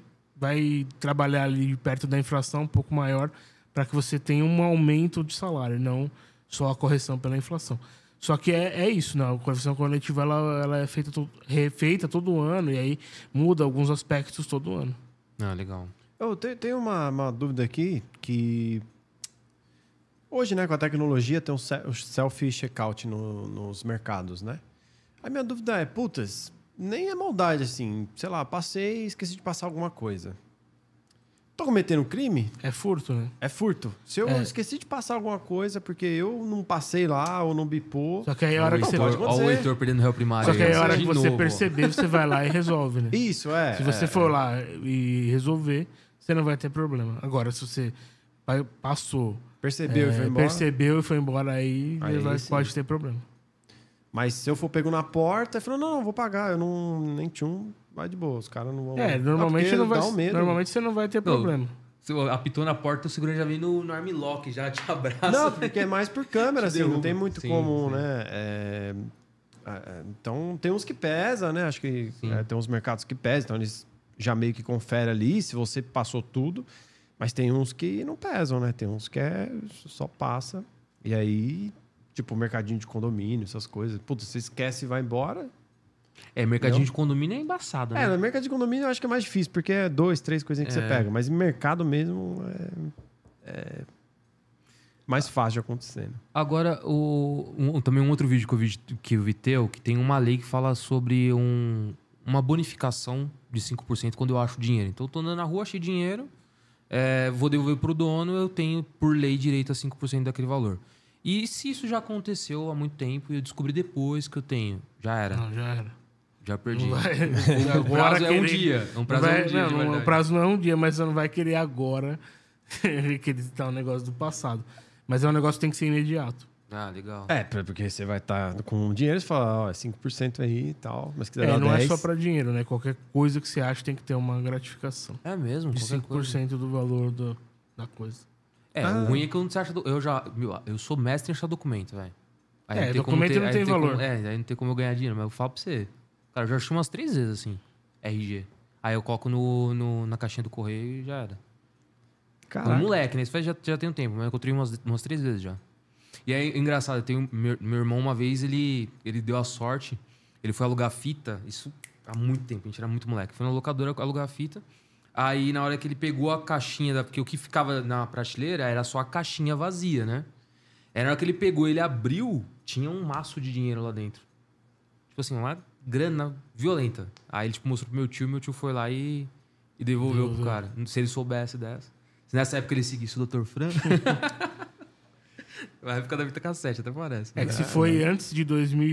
vai trabalhar ali perto da inflação um pouco maior para que você tenha um aumento de salário, não só a correção pela inflação. Só que é isso, né? A correção coletiva ela é refeita todo ano e aí muda alguns aspectos todo ano. Ah, legal. Eu tenho uma dúvida aqui que... Hoje, né, com a tecnologia, tem o self-checkout nos mercados, né? A minha dúvida é, nem é maldade, assim. Sei lá, passei e esqueci de passar alguma coisa. Tô cometendo crime? É furto, né? É furto. Se eu esqueci de passar alguma coisa porque eu não passei lá ou não bipou... Só que aí a hora que você... Olha o Heitor perdendo réu primário. Só que aí a hora que você perceber, você vai lá e resolve, né? Isso, Se você for lá e resolver, você não vai ter problema. Agora, se você passou... Percebeu e foi embora, aí pode ter problema. Mas se eu for pego na porta e falar, não, vou pagar, eu nem vai de boa, os caras não vão... Normalmente você não vai ter problema. Se apitou na porta, o segurança já vem no armlock, já te abraça. Não, porque é mais por câmera, assim, não tem muito como, né? Então, tem uns que pesa, né? Acho que tem uns mercados que pesam, então eles já meio que conferem ali se você passou tudo. Mas tem uns que não pesam, né? Tem uns que só passa. E aí, tipo, mercadinho de condomínio, essas coisas. Putz, você esquece e vai embora. Mercadinho de condomínio é embaçado, né? No mercado de condomínio eu acho que é mais difícil, porque é 2, 3 coisinhas que você pega. Mas em mercado mesmo é mais fácil de acontecer. Né? Agora, também um outro vídeo que eu vi teu, que tem uma lei que fala sobre uma bonificação de 5% quando eu acho dinheiro. Então, eu tô andando na rua, achei dinheiro... vou devolver para o dono, eu tenho, por lei, direito a 5% daquele valor. E se isso já aconteceu há muito tempo e eu descobri depois que eu tenho, já era. Não, já era. Já perdi. O prazo é um dia. O prazo não é um dia, mas você não vai querer agora requisitar um negócio do passado. Mas é um negócio que tem que ser imediato. Ah, legal. Porque você vai estar com dinheiro e você fala, ó, é 5% aí e tal. Mas se quiser dar Não 10, é só pra dinheiro, né? Qualquer coisa que você acha tem que ter uma gratificação. É mesmo? De Qualquer 5% coisa. do valor da coisa. O ruim é que eu não sei achar... Eu sou mestre em achar documento, velho. Documento não tem valor. Aí não tem como eu ganhar dinheiro. Mas eu falo pra você. Cara, eu já achei umas 3 vezes, assim. RG. Aí eu coloco na caixinha do correio e já era. Caraca. Um moleque, né? Isso faz já tem um tempo. Mas eu encontrei umas 3 vezes já. E aí, engraçado, meu irmão uma vez, ele deu a sorte, ele foi alugar fita, isso há muito tempo, a gente era muito moleque. Foi na locadora alugar a fita, aí na hora que ele pegou a caixinha, porque o que ficava na prateleira era só a caixinha vazia, né? Aí na hora que ele pegou, ele abriu, tinha um maço de dinheiro lá dentro. Tipo assim, uma grana violenta. Aí ele tipo, mostrou pro meu tio foi lá e devolveu pro cara. Se ele soubesse dessa. Se nessa época ele seguisse o Dr. Fran... Na época da fita cassete, até parece. Que se foi antes de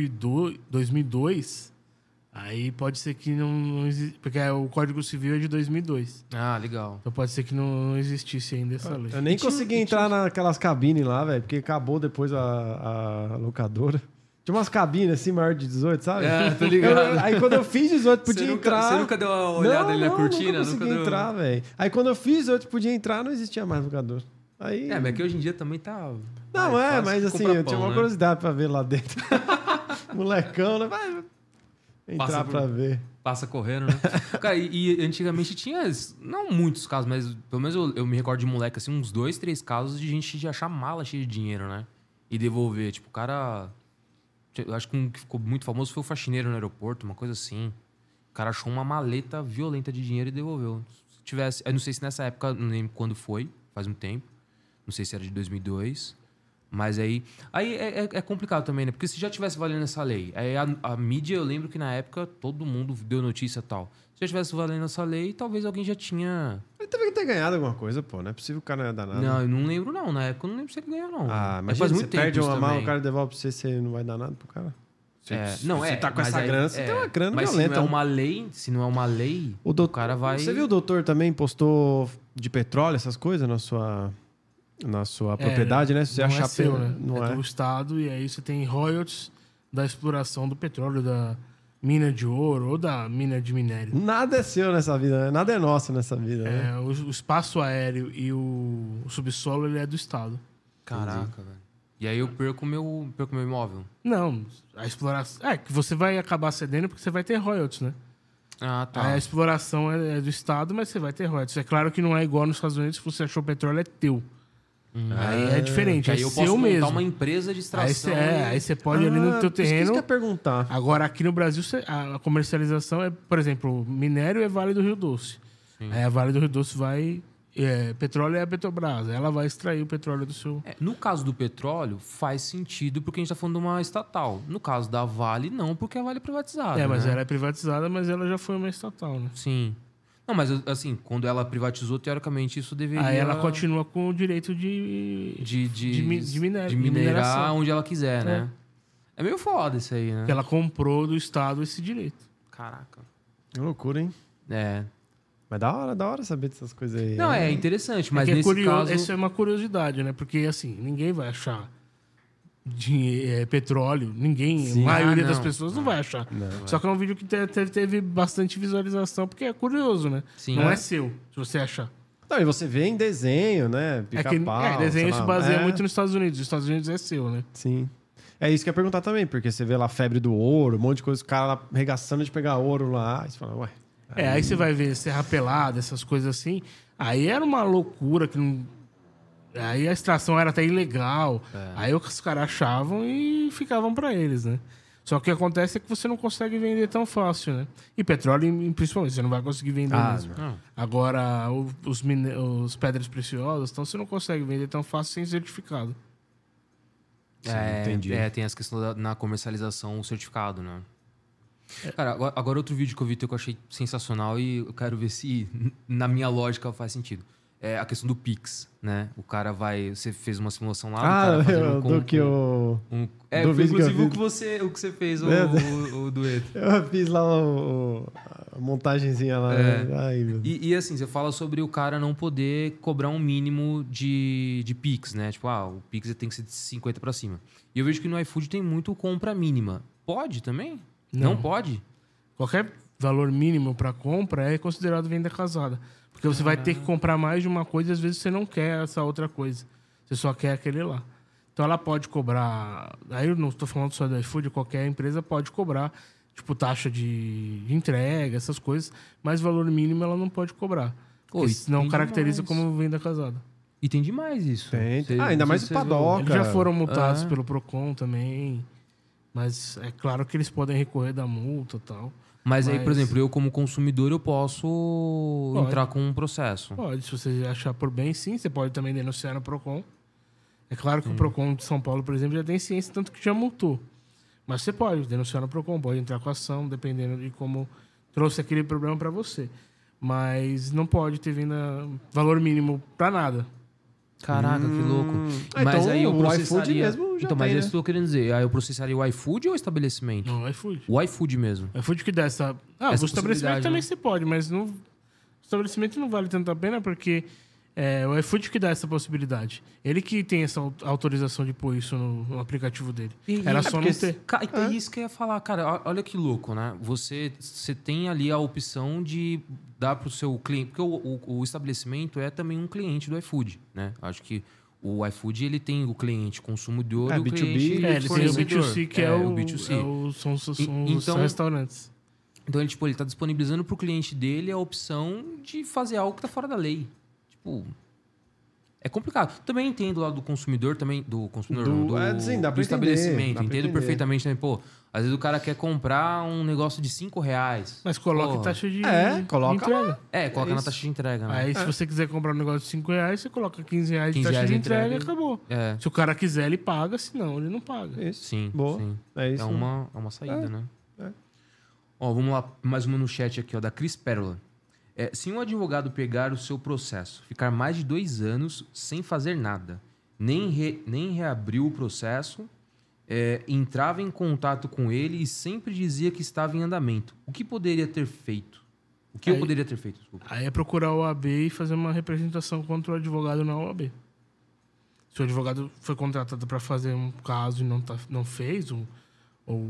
2002, aí pode ser que não existe. Porque o Código Civil é de 2002. Ah, legal. Então pode ser que não existisse ainda essa lei. Eu nem consegui entrar naquelas cabines lá, velho, porque acabou depois a locadora. Tinha umas cabines assim, maior de 18, sabe? Tô ligado. Aí quando eu fiz 18, podia entrar. Você nunca deu uma olhada ali na cortina? Nunca consegui entrar, velho. Aí quando eu fiz 18, podia entrar, não existia mais locador. Aí... mas que hoje em dia também tá... Não, mas assim, eu tinha uma curiosidade pra ver lá dentro. Molecão, né? Vai entrar pra ver. Passa correndo, né? Cara, e antigamente tinha, não muitos casos, mas pelo menos eu me recordo de moleque, assim, uns 2, 3 casos de gente de achar mala cheia de dinheiro, né? E devolver. Tipo, o cara... Eu acho que um que ficou muito famoso foi o faxineiro no aeroporto, uma coisa assim. O cara achou uma maleta violenta de dinheiro e devolveu. Se tivesse... Eu não sei se nessa época, não lembro quando foi, faz um tempo. Não sei se era de 2002. Mas aí é complicado também, né? Porque se já tivesse valendo essa lei, aí a mídia, eu lembro que na época todo mundo deu notícia e tal. Se já tivesse valendo essa lei, talvez alguém já tinha... Ele teve que ter ganhado alguma coisa, pô. Não é possível o cara dar nada. Não, eu não lembro não. Na época eu não lembro se ele ganhou, não. Mas faz muito tempo perde uma mala, o cara devolve pra você, você não vai dar nada pro cara. Você tá com essa grana, você tem uma grana mas violenta. Se não é uma lei, o cara vai... Você viu o doutor também postou de petróleo, essas coisas na sua propriedade, né? Se você achar seu, né? Não é do Estado, e aí você tem royalties da exploração do petróleo, da mina de ouro ou da mina de minério. Nada é seu nessa vida, né? Nada é nosso nessa vida, né? O espaço aéreo e o subsolo, ele é do Estado. Caraca, velho. E aí eu perco meu imóvel. Não, a exploração... que você vai acabar cedendo porque você vai ter royalties, né? Ah, tá. Aí a exploração é do Estado, mas você vai ter royalties. É claro que não é igual nos Estados Unidos, se você achou petróleo, é teu. Aí é diferente, aí é eu seu posso mesmo. montar uma empresa de extração. Aí você pode ali no teu terreno... Isso que eu ia perguntar. Agora, aqui no Brasil, a comercialização é, por exemplo, minério é Vale do Rio Doce. Sim. Aí a Vale do Rio Doce vai... petróleo é a Petrobras. Ela vai extrair o petróleo do seu... No caso do petróleo, faz sentido porque a gente tá falando de uma estatal. No caso da Vale, não, porque a Vale é privatizada. mas né? ela é privatizada, mas ela já foi uma estatal, né? Sim. Não, mas assim, quando ela privatizou, teoricamente isso deveria... Aí ela continua com o direito de minério. De minerar onde ela quiser, né? É meio foda isso aí, né? Porque ela comprou do Estado esse direito. Caraca. Que loucura, hein? Mas da hora saber dessas coisas aí. Não, é interessante, mas nesse curioso, caso... Essa é uma curiosidade, né? Porque, assim, ninguém vai achar petróleo. A maioria das pessoas não vai achar. Só que é um vídeo que teve bastante visualização, porque é curioso, né? Sim, não é seu, se você achar. Não, e você vê em desenho, né? Pica-pau. Desenho se baseia muito nos Estados Unidos. Os Estados Unidos é seu, né? Sim. É isso que eu ia perguntar também, porque você vê lá a febre do ouro, um monte de coisa, o cara lá arregaçando de pegar ouro lá. Aí você fala, ué. Aí você vai ver Serra Pelada, essas coisas assim. Aí era uma loucura que não... Aí a extração era até ilegal. Aí os caras achavam e ficavam pra eles, né? Só que o que acontece é que você não consegue vender tão fácil, né? E petróleo, principalmente, você não vai conseguir vender mesmo. Não. Agora, os pedras preciosas, então você não consegue vender tão fácil sem certificado. Entendi. Tem essa questão na comercialização, o certificado, né? Cara, agora outro vídeo que eu vi que eu achei sensacional e eu quero ver se na minha lógica faz sentido. é a questão do Pix, né? O cara vai... Você fez uma simulação lá, Ah, o cara fazendo do que o... É, do foi vídeo que eu inclusive vi. o que você fez, o dueto. Eu fiz lá a montagenzinha lá. É. Ai, meu Deus. E assim, você fala sobre o cara não poder cobrar um mínimo de Pix, né? Tipo, o Pix tem que ser de 50 pra cima. E eu vejo que no iFood tem muito compra mínima. Pode também? Não pode? Qualquer valor mínimo para compra é considerado venda casada. Porque você vai ter que comprar mais de uma coisa e às vezes você não quer essa outra coisa. Você só quer aquele lá. Então ela pode cobrar... Aí eu não estou falando só do iFood, qualquer empresa pode cobrar, tipo, taxa de entrega, essas coisas, mas valor mínimo ela não pode cobrar. Porque senão caracteriza como venda casada. E tem demais isso. Tem. Ainda mais o Padoca. Eles já foram multados pelo Procon também. Mas é claro que eles podem recorrer da multa e tal. Mas aí, por exemplo, eu como consumidor, eu posso entrar com um processo. Pode, se você achar por bem, sim. Você pode também denunciar no Procon. É claro que o Procon de São Paulo, por exemplo, já tem ciência, tanto que já multou. Mas você pode denunciar no Procon, pode entrar com ação, dependendo de como trouxe aquele problema para você. Mas não pode ter valor mínimo para nada. Caraca, que louco. Mas então, aí eu processaria... o iFood mesmo já então, mas tem, é isso que eu tô querendo dizer. Aí eu processaria o iFood ou o estabelecimento? Não, o iFood. O iFood mesmo. O iFood que dá essa... Essa o estabelecimento também possibilidade, né? você pode, mas o estabelecimento não vale tanto a pena porque é o iFood que dá essa possibilidade. Ele que tem essa autorização de pôr isso no aplicativo dele. Era só não ter. É isso que eu ia falar, cara. Olha que louco, né? Você tem ali a opção de dar pro seu cliente... Porque o estabelecimento é também um cliente do iFood, né? Acho que o iFood, ele tem o cliente consumidor e o B2B, cliente Ele tem o fornecedor. B2C, que é o B2C. são os Então- restaurantes. Então, ele tá disponibilizando pro cliente dele a opção de fazer algo que tá fora da lei. Tipo... É complicado. Também entendo lá do consumidor, também... Do consumidor, sim, dá do pra estabelecimento. entender, dá pra Entendo entender. perfeitamente também. Pô, às vezes o cara quer comprar um negócio de R$5. Mas coloca Porra. taxa de coloca entrega. Coloca na isso. taxa de entrega, né? Aí, se você quiser comprar um negócio de R$5, você coloca R$15 de 15 taxa reais de de entrega e entrega. acabou. É. Se o cara quiser, ele paga. Se não, ele não paga. Isso. Sim, Boa. sim. É isso. É uma saída, né? É. Ó, vamos lá, mais uma no chat aqui, ó, da Cris Pérola. Se um advogado pegar o seu processo, ficar mais de 2 anos sem fazer nada, nem reabriu o processo, entrava em contato com ele e sempre dizia que estava em andamento, o que poderia ter feito? O que eu poderia ter feito? Desculpa. Aí é procurar o OAB e fazer uma representação contra o advogado na OAB. Se o advogado foi contratado para fazer um caso e não fez, ou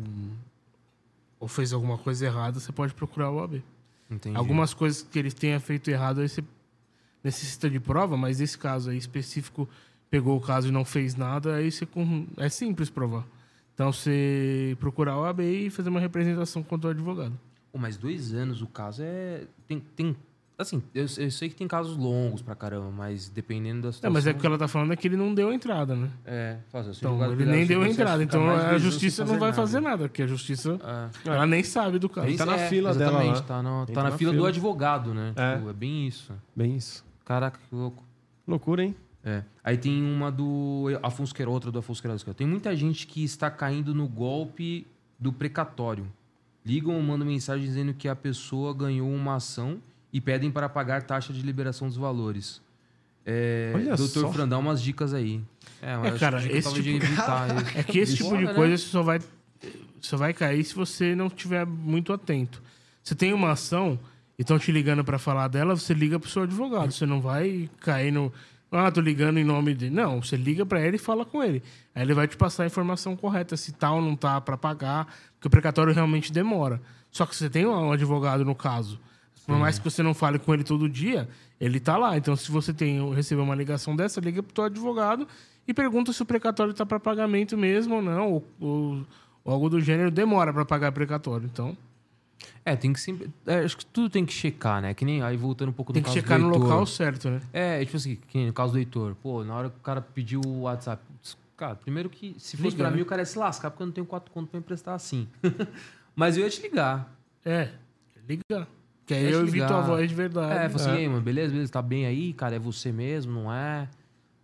fez alguma coisa errada, você pode procurar o OAB. Entendi. Algumas coisas que eles tenham feito errado, aí você necessita de prova, mas esse caso aí específico, pegou o caso e não fez nada, aí é simples provar. Então, você procurar o OAB e fazer uma representação contra o advogado. Pô, mas 2 anos o caso tem assim, eu sei que tem casos longos pra caramba, mas dependendo da situação... Mas é porque ela tá falando é que ele não deu entrada, né? Então, ele nem deu entrada. Então, a justiça não vai fazer nada, porque a justiça, ela nem sabe do caso. Tá na fila dela lá. Tá na fila do advogado, né? É. Tipo, é bem isso. Bem isso. Caraca, que louco. Loucura, hein? Aí tem uma do Afonso Queiroz, outra do Afonso Queiroz. Tem muita gente que está caindo no golpe do precatório. Ligam ou mandam mensagem dizendo que a pessoa ganhou uma ação e pedem para pagar taxa de liberação dos valores. Olha Doutor só. Fran, dá umas dicas aí. Mas cara, acho que esse talvez tipo- de evitar isso. É que esse tipo de Foda, coisa né? você só vai cair se você não estiver muito atento. Você tem uma ação e estão te ligando para falar dela, você liga pro seu advogado. Você não vai cair no... tô ligando em nome dele. Não, você liga para ele e fala com ele. Aí ele vai te passar a informação correta, se tá ou não tá para pagar, porque o precatório realmente demora. Só que você tem um advogado no caso. Por mais que você não fale com ele todo dia, ele tá lá. Então, se você recebeu uma ligação dessa, liga pro teu advogado e pergunta se o precatório tá para pagamento mesmo ou não, ou algo do gênero. Demora para pagar precatório, então... Tem que sempre... acho que tudo tem que checar, né? Que nem aí voltando um pouco Tem no que caso checar do no Heitor. local certo, né? Tipo assim, que nem no caso do Heitor. Pô, na hora que o cara pediu o WhatsApp... Cara, primeiro que se fosse Liga, pra né? mim, o cara ia se lascar, porque eu não tenho 4 contos pra emprestar assim. Mas eu ia te ligar. Liga. Que aí Deixa eu eu evito ligar. a voz de verdade. Falei assim, e aí, mano, beleza, tá bem aí, cara, é você mesmo, não é?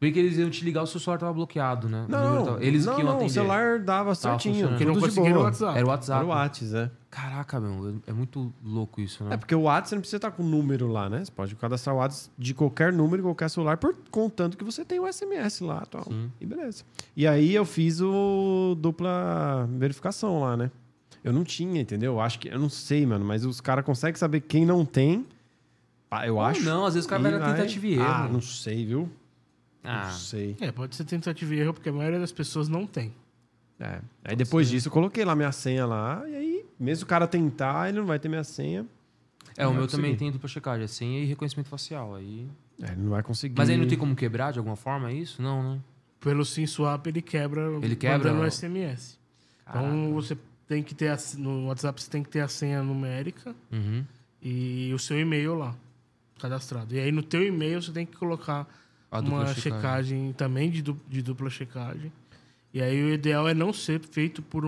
Bem que eles iam te ligar, o seu celular tava bloqueado, né? O número Não, tava- eles que iam não, atender. o celular dava certinho. funcionando. Porque não tudo de conseguiram o boa. WhatsApp. Era o WhatsApp. Era o WhatsApp, é. Caraca, meu, é muito louco isso, né? É porque o WhatsApp você não precisa estar com o número lá, né? Você pode cadastrar o WhatsApp de qualquer número, qualquer celular, contanto que você tem o SMS lá tal. Sim. E beleza. E aí eu fiz o dupla verificação lá, né? Eu não tinha, entendeu? Eu não sei, mano, mas os caras conseguem saber quem não tem. Eu Ou acho. não, às vezes o cara E vai na vai- tentativa e erro. Ah, não sei, viu? Ah, Não sei. Pode ser tentativa e erro, porque a maioria das pessoas não tem. É. Aí depois disso eu coloquei lá minha senha lá, e aí, mesmo o cara tentar, ele não vai ter minha senha. o Não meu vai também conseguir. tem dupla checagem, é senha e reconhecimento facial. Aí... Ele não vai conseguir. Mas aí não tem como quebrar de alguma forma, é isso? Não, né? Pelo SimSwap, ele quebra, quebra, mandando ó. SMS. Caraca. Então, você tem que ter no WhatsApp, você tem que ter a senha numérica Uhum. e o seu e-mail lá, cadastrado. E aí, no teu e-mail, você tem que colocar A dupla uma checagem. checagem também de dupla checagem. E aí, o ideal é não ser feito por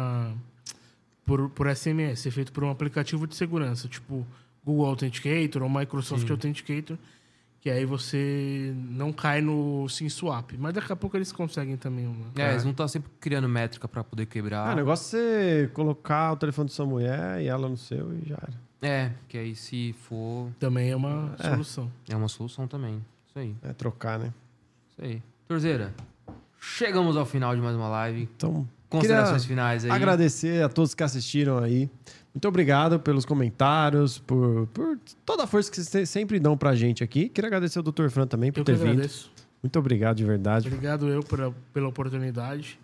por SMS, ser feito por um aplicativo de segurança, tipo Google Authenticator ou Microsoft Sim. Authenticator, que aí você não cai no SimSwap. Mas daqui a pouco eles conseguem também uma. Eles não estão sempre criando métrica pra poder quebrar. O negócio é você colocar o telefone da sua mulher e ela no seu e já era. Que aí se for, Também é uma solução. é uma solução também. Isso aí, É trocar, né? isso aí. Torzeira, chegamos ao final de mais uma live. Então, Considerações queria finais aí. agradecer a todos que assistiram aí. Muito obrigado pelos comentários, por toda a força que vocês sempre dão pra gente aqui. Queria agradecer ao Dr. Fran também por Eu que ter vindo. agradeço. Muito obrigado de verdade. Obrigado eu pela oportunidade.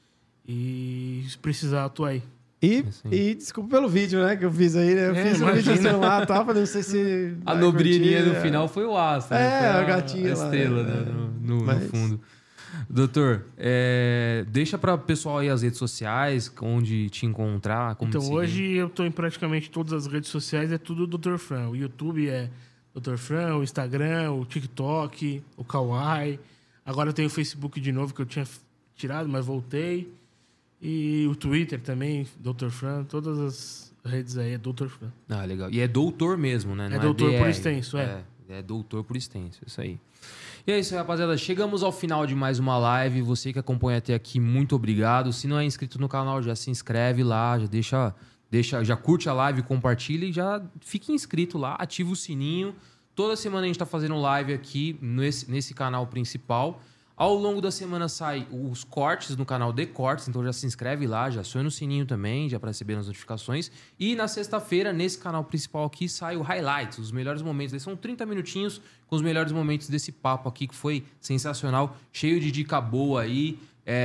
E se precisar, tô aí. E desculpa pelo vídeo, né, que eu fiz aí, né? Eu fiz um imagina. vídeo celular, tá? Não sei se... A vai nobrininha curtir, no final foi o aço. né? É, Foi a gatinha a lá, estrela né? né, no Mas- fundo. Doutor, deixa para o pessoal aí as redes sociais, onde te encontrar, como Então, te seguir. hoje eu tô em praticamente todas as redes sociais, é tudo Dr. Fran. O YouTube é Dr. Fran, o Instagram, o TikTok, o Kawaii. Agora tem o Facebook de novo, que eu tinha tirado, mas voltei. E o Twitter também, Dr. Fran. Todas as redes aí é Dr. Fran. Ah, legal. E é doutor mesmo, né? Não doutor por DR. extenso, É doutor por extenso, isso aí. E é isso aí, rapaziada. Chegamos ao final de mais uma live. Você que acompanha até aqui, muito obrigado. Se não é inscrito no canal, já se inscreve lá, já curte a live, compartilha e já fique inscrito lá, ativa o sininho. Toda semana a gente tá fazendo live aqui nesse canal principal. Ao longo da semana sai os cortes no canal de cortes, então já se inscreve lá, já aciona o sininho também, já para receber as notificações. E na sexta-feira, nesse canal principal aqui, sai o highlights, os melhores momentos. Eles são 30 minutinhos com os melhores momentos desse papo aqui, que foi sensacional, cheio de dica boa aí,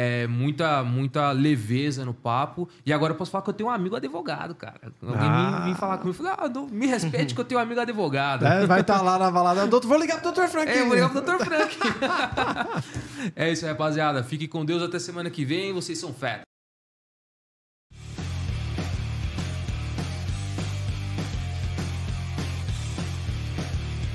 muita leveza no papo. E agora eu posso falar que eu tenho um amigo advogado, cara. Alguém vem falar comigo e falar, me respeite que eu tenho um amigo advogado. Vai estar lá na balada. Vou ligar pro Dr. Frank. Eu vou ligar pro Dr. Frank. É isso aí, rapaziada. Fique com Deus até semana que vem. Vocês são fera.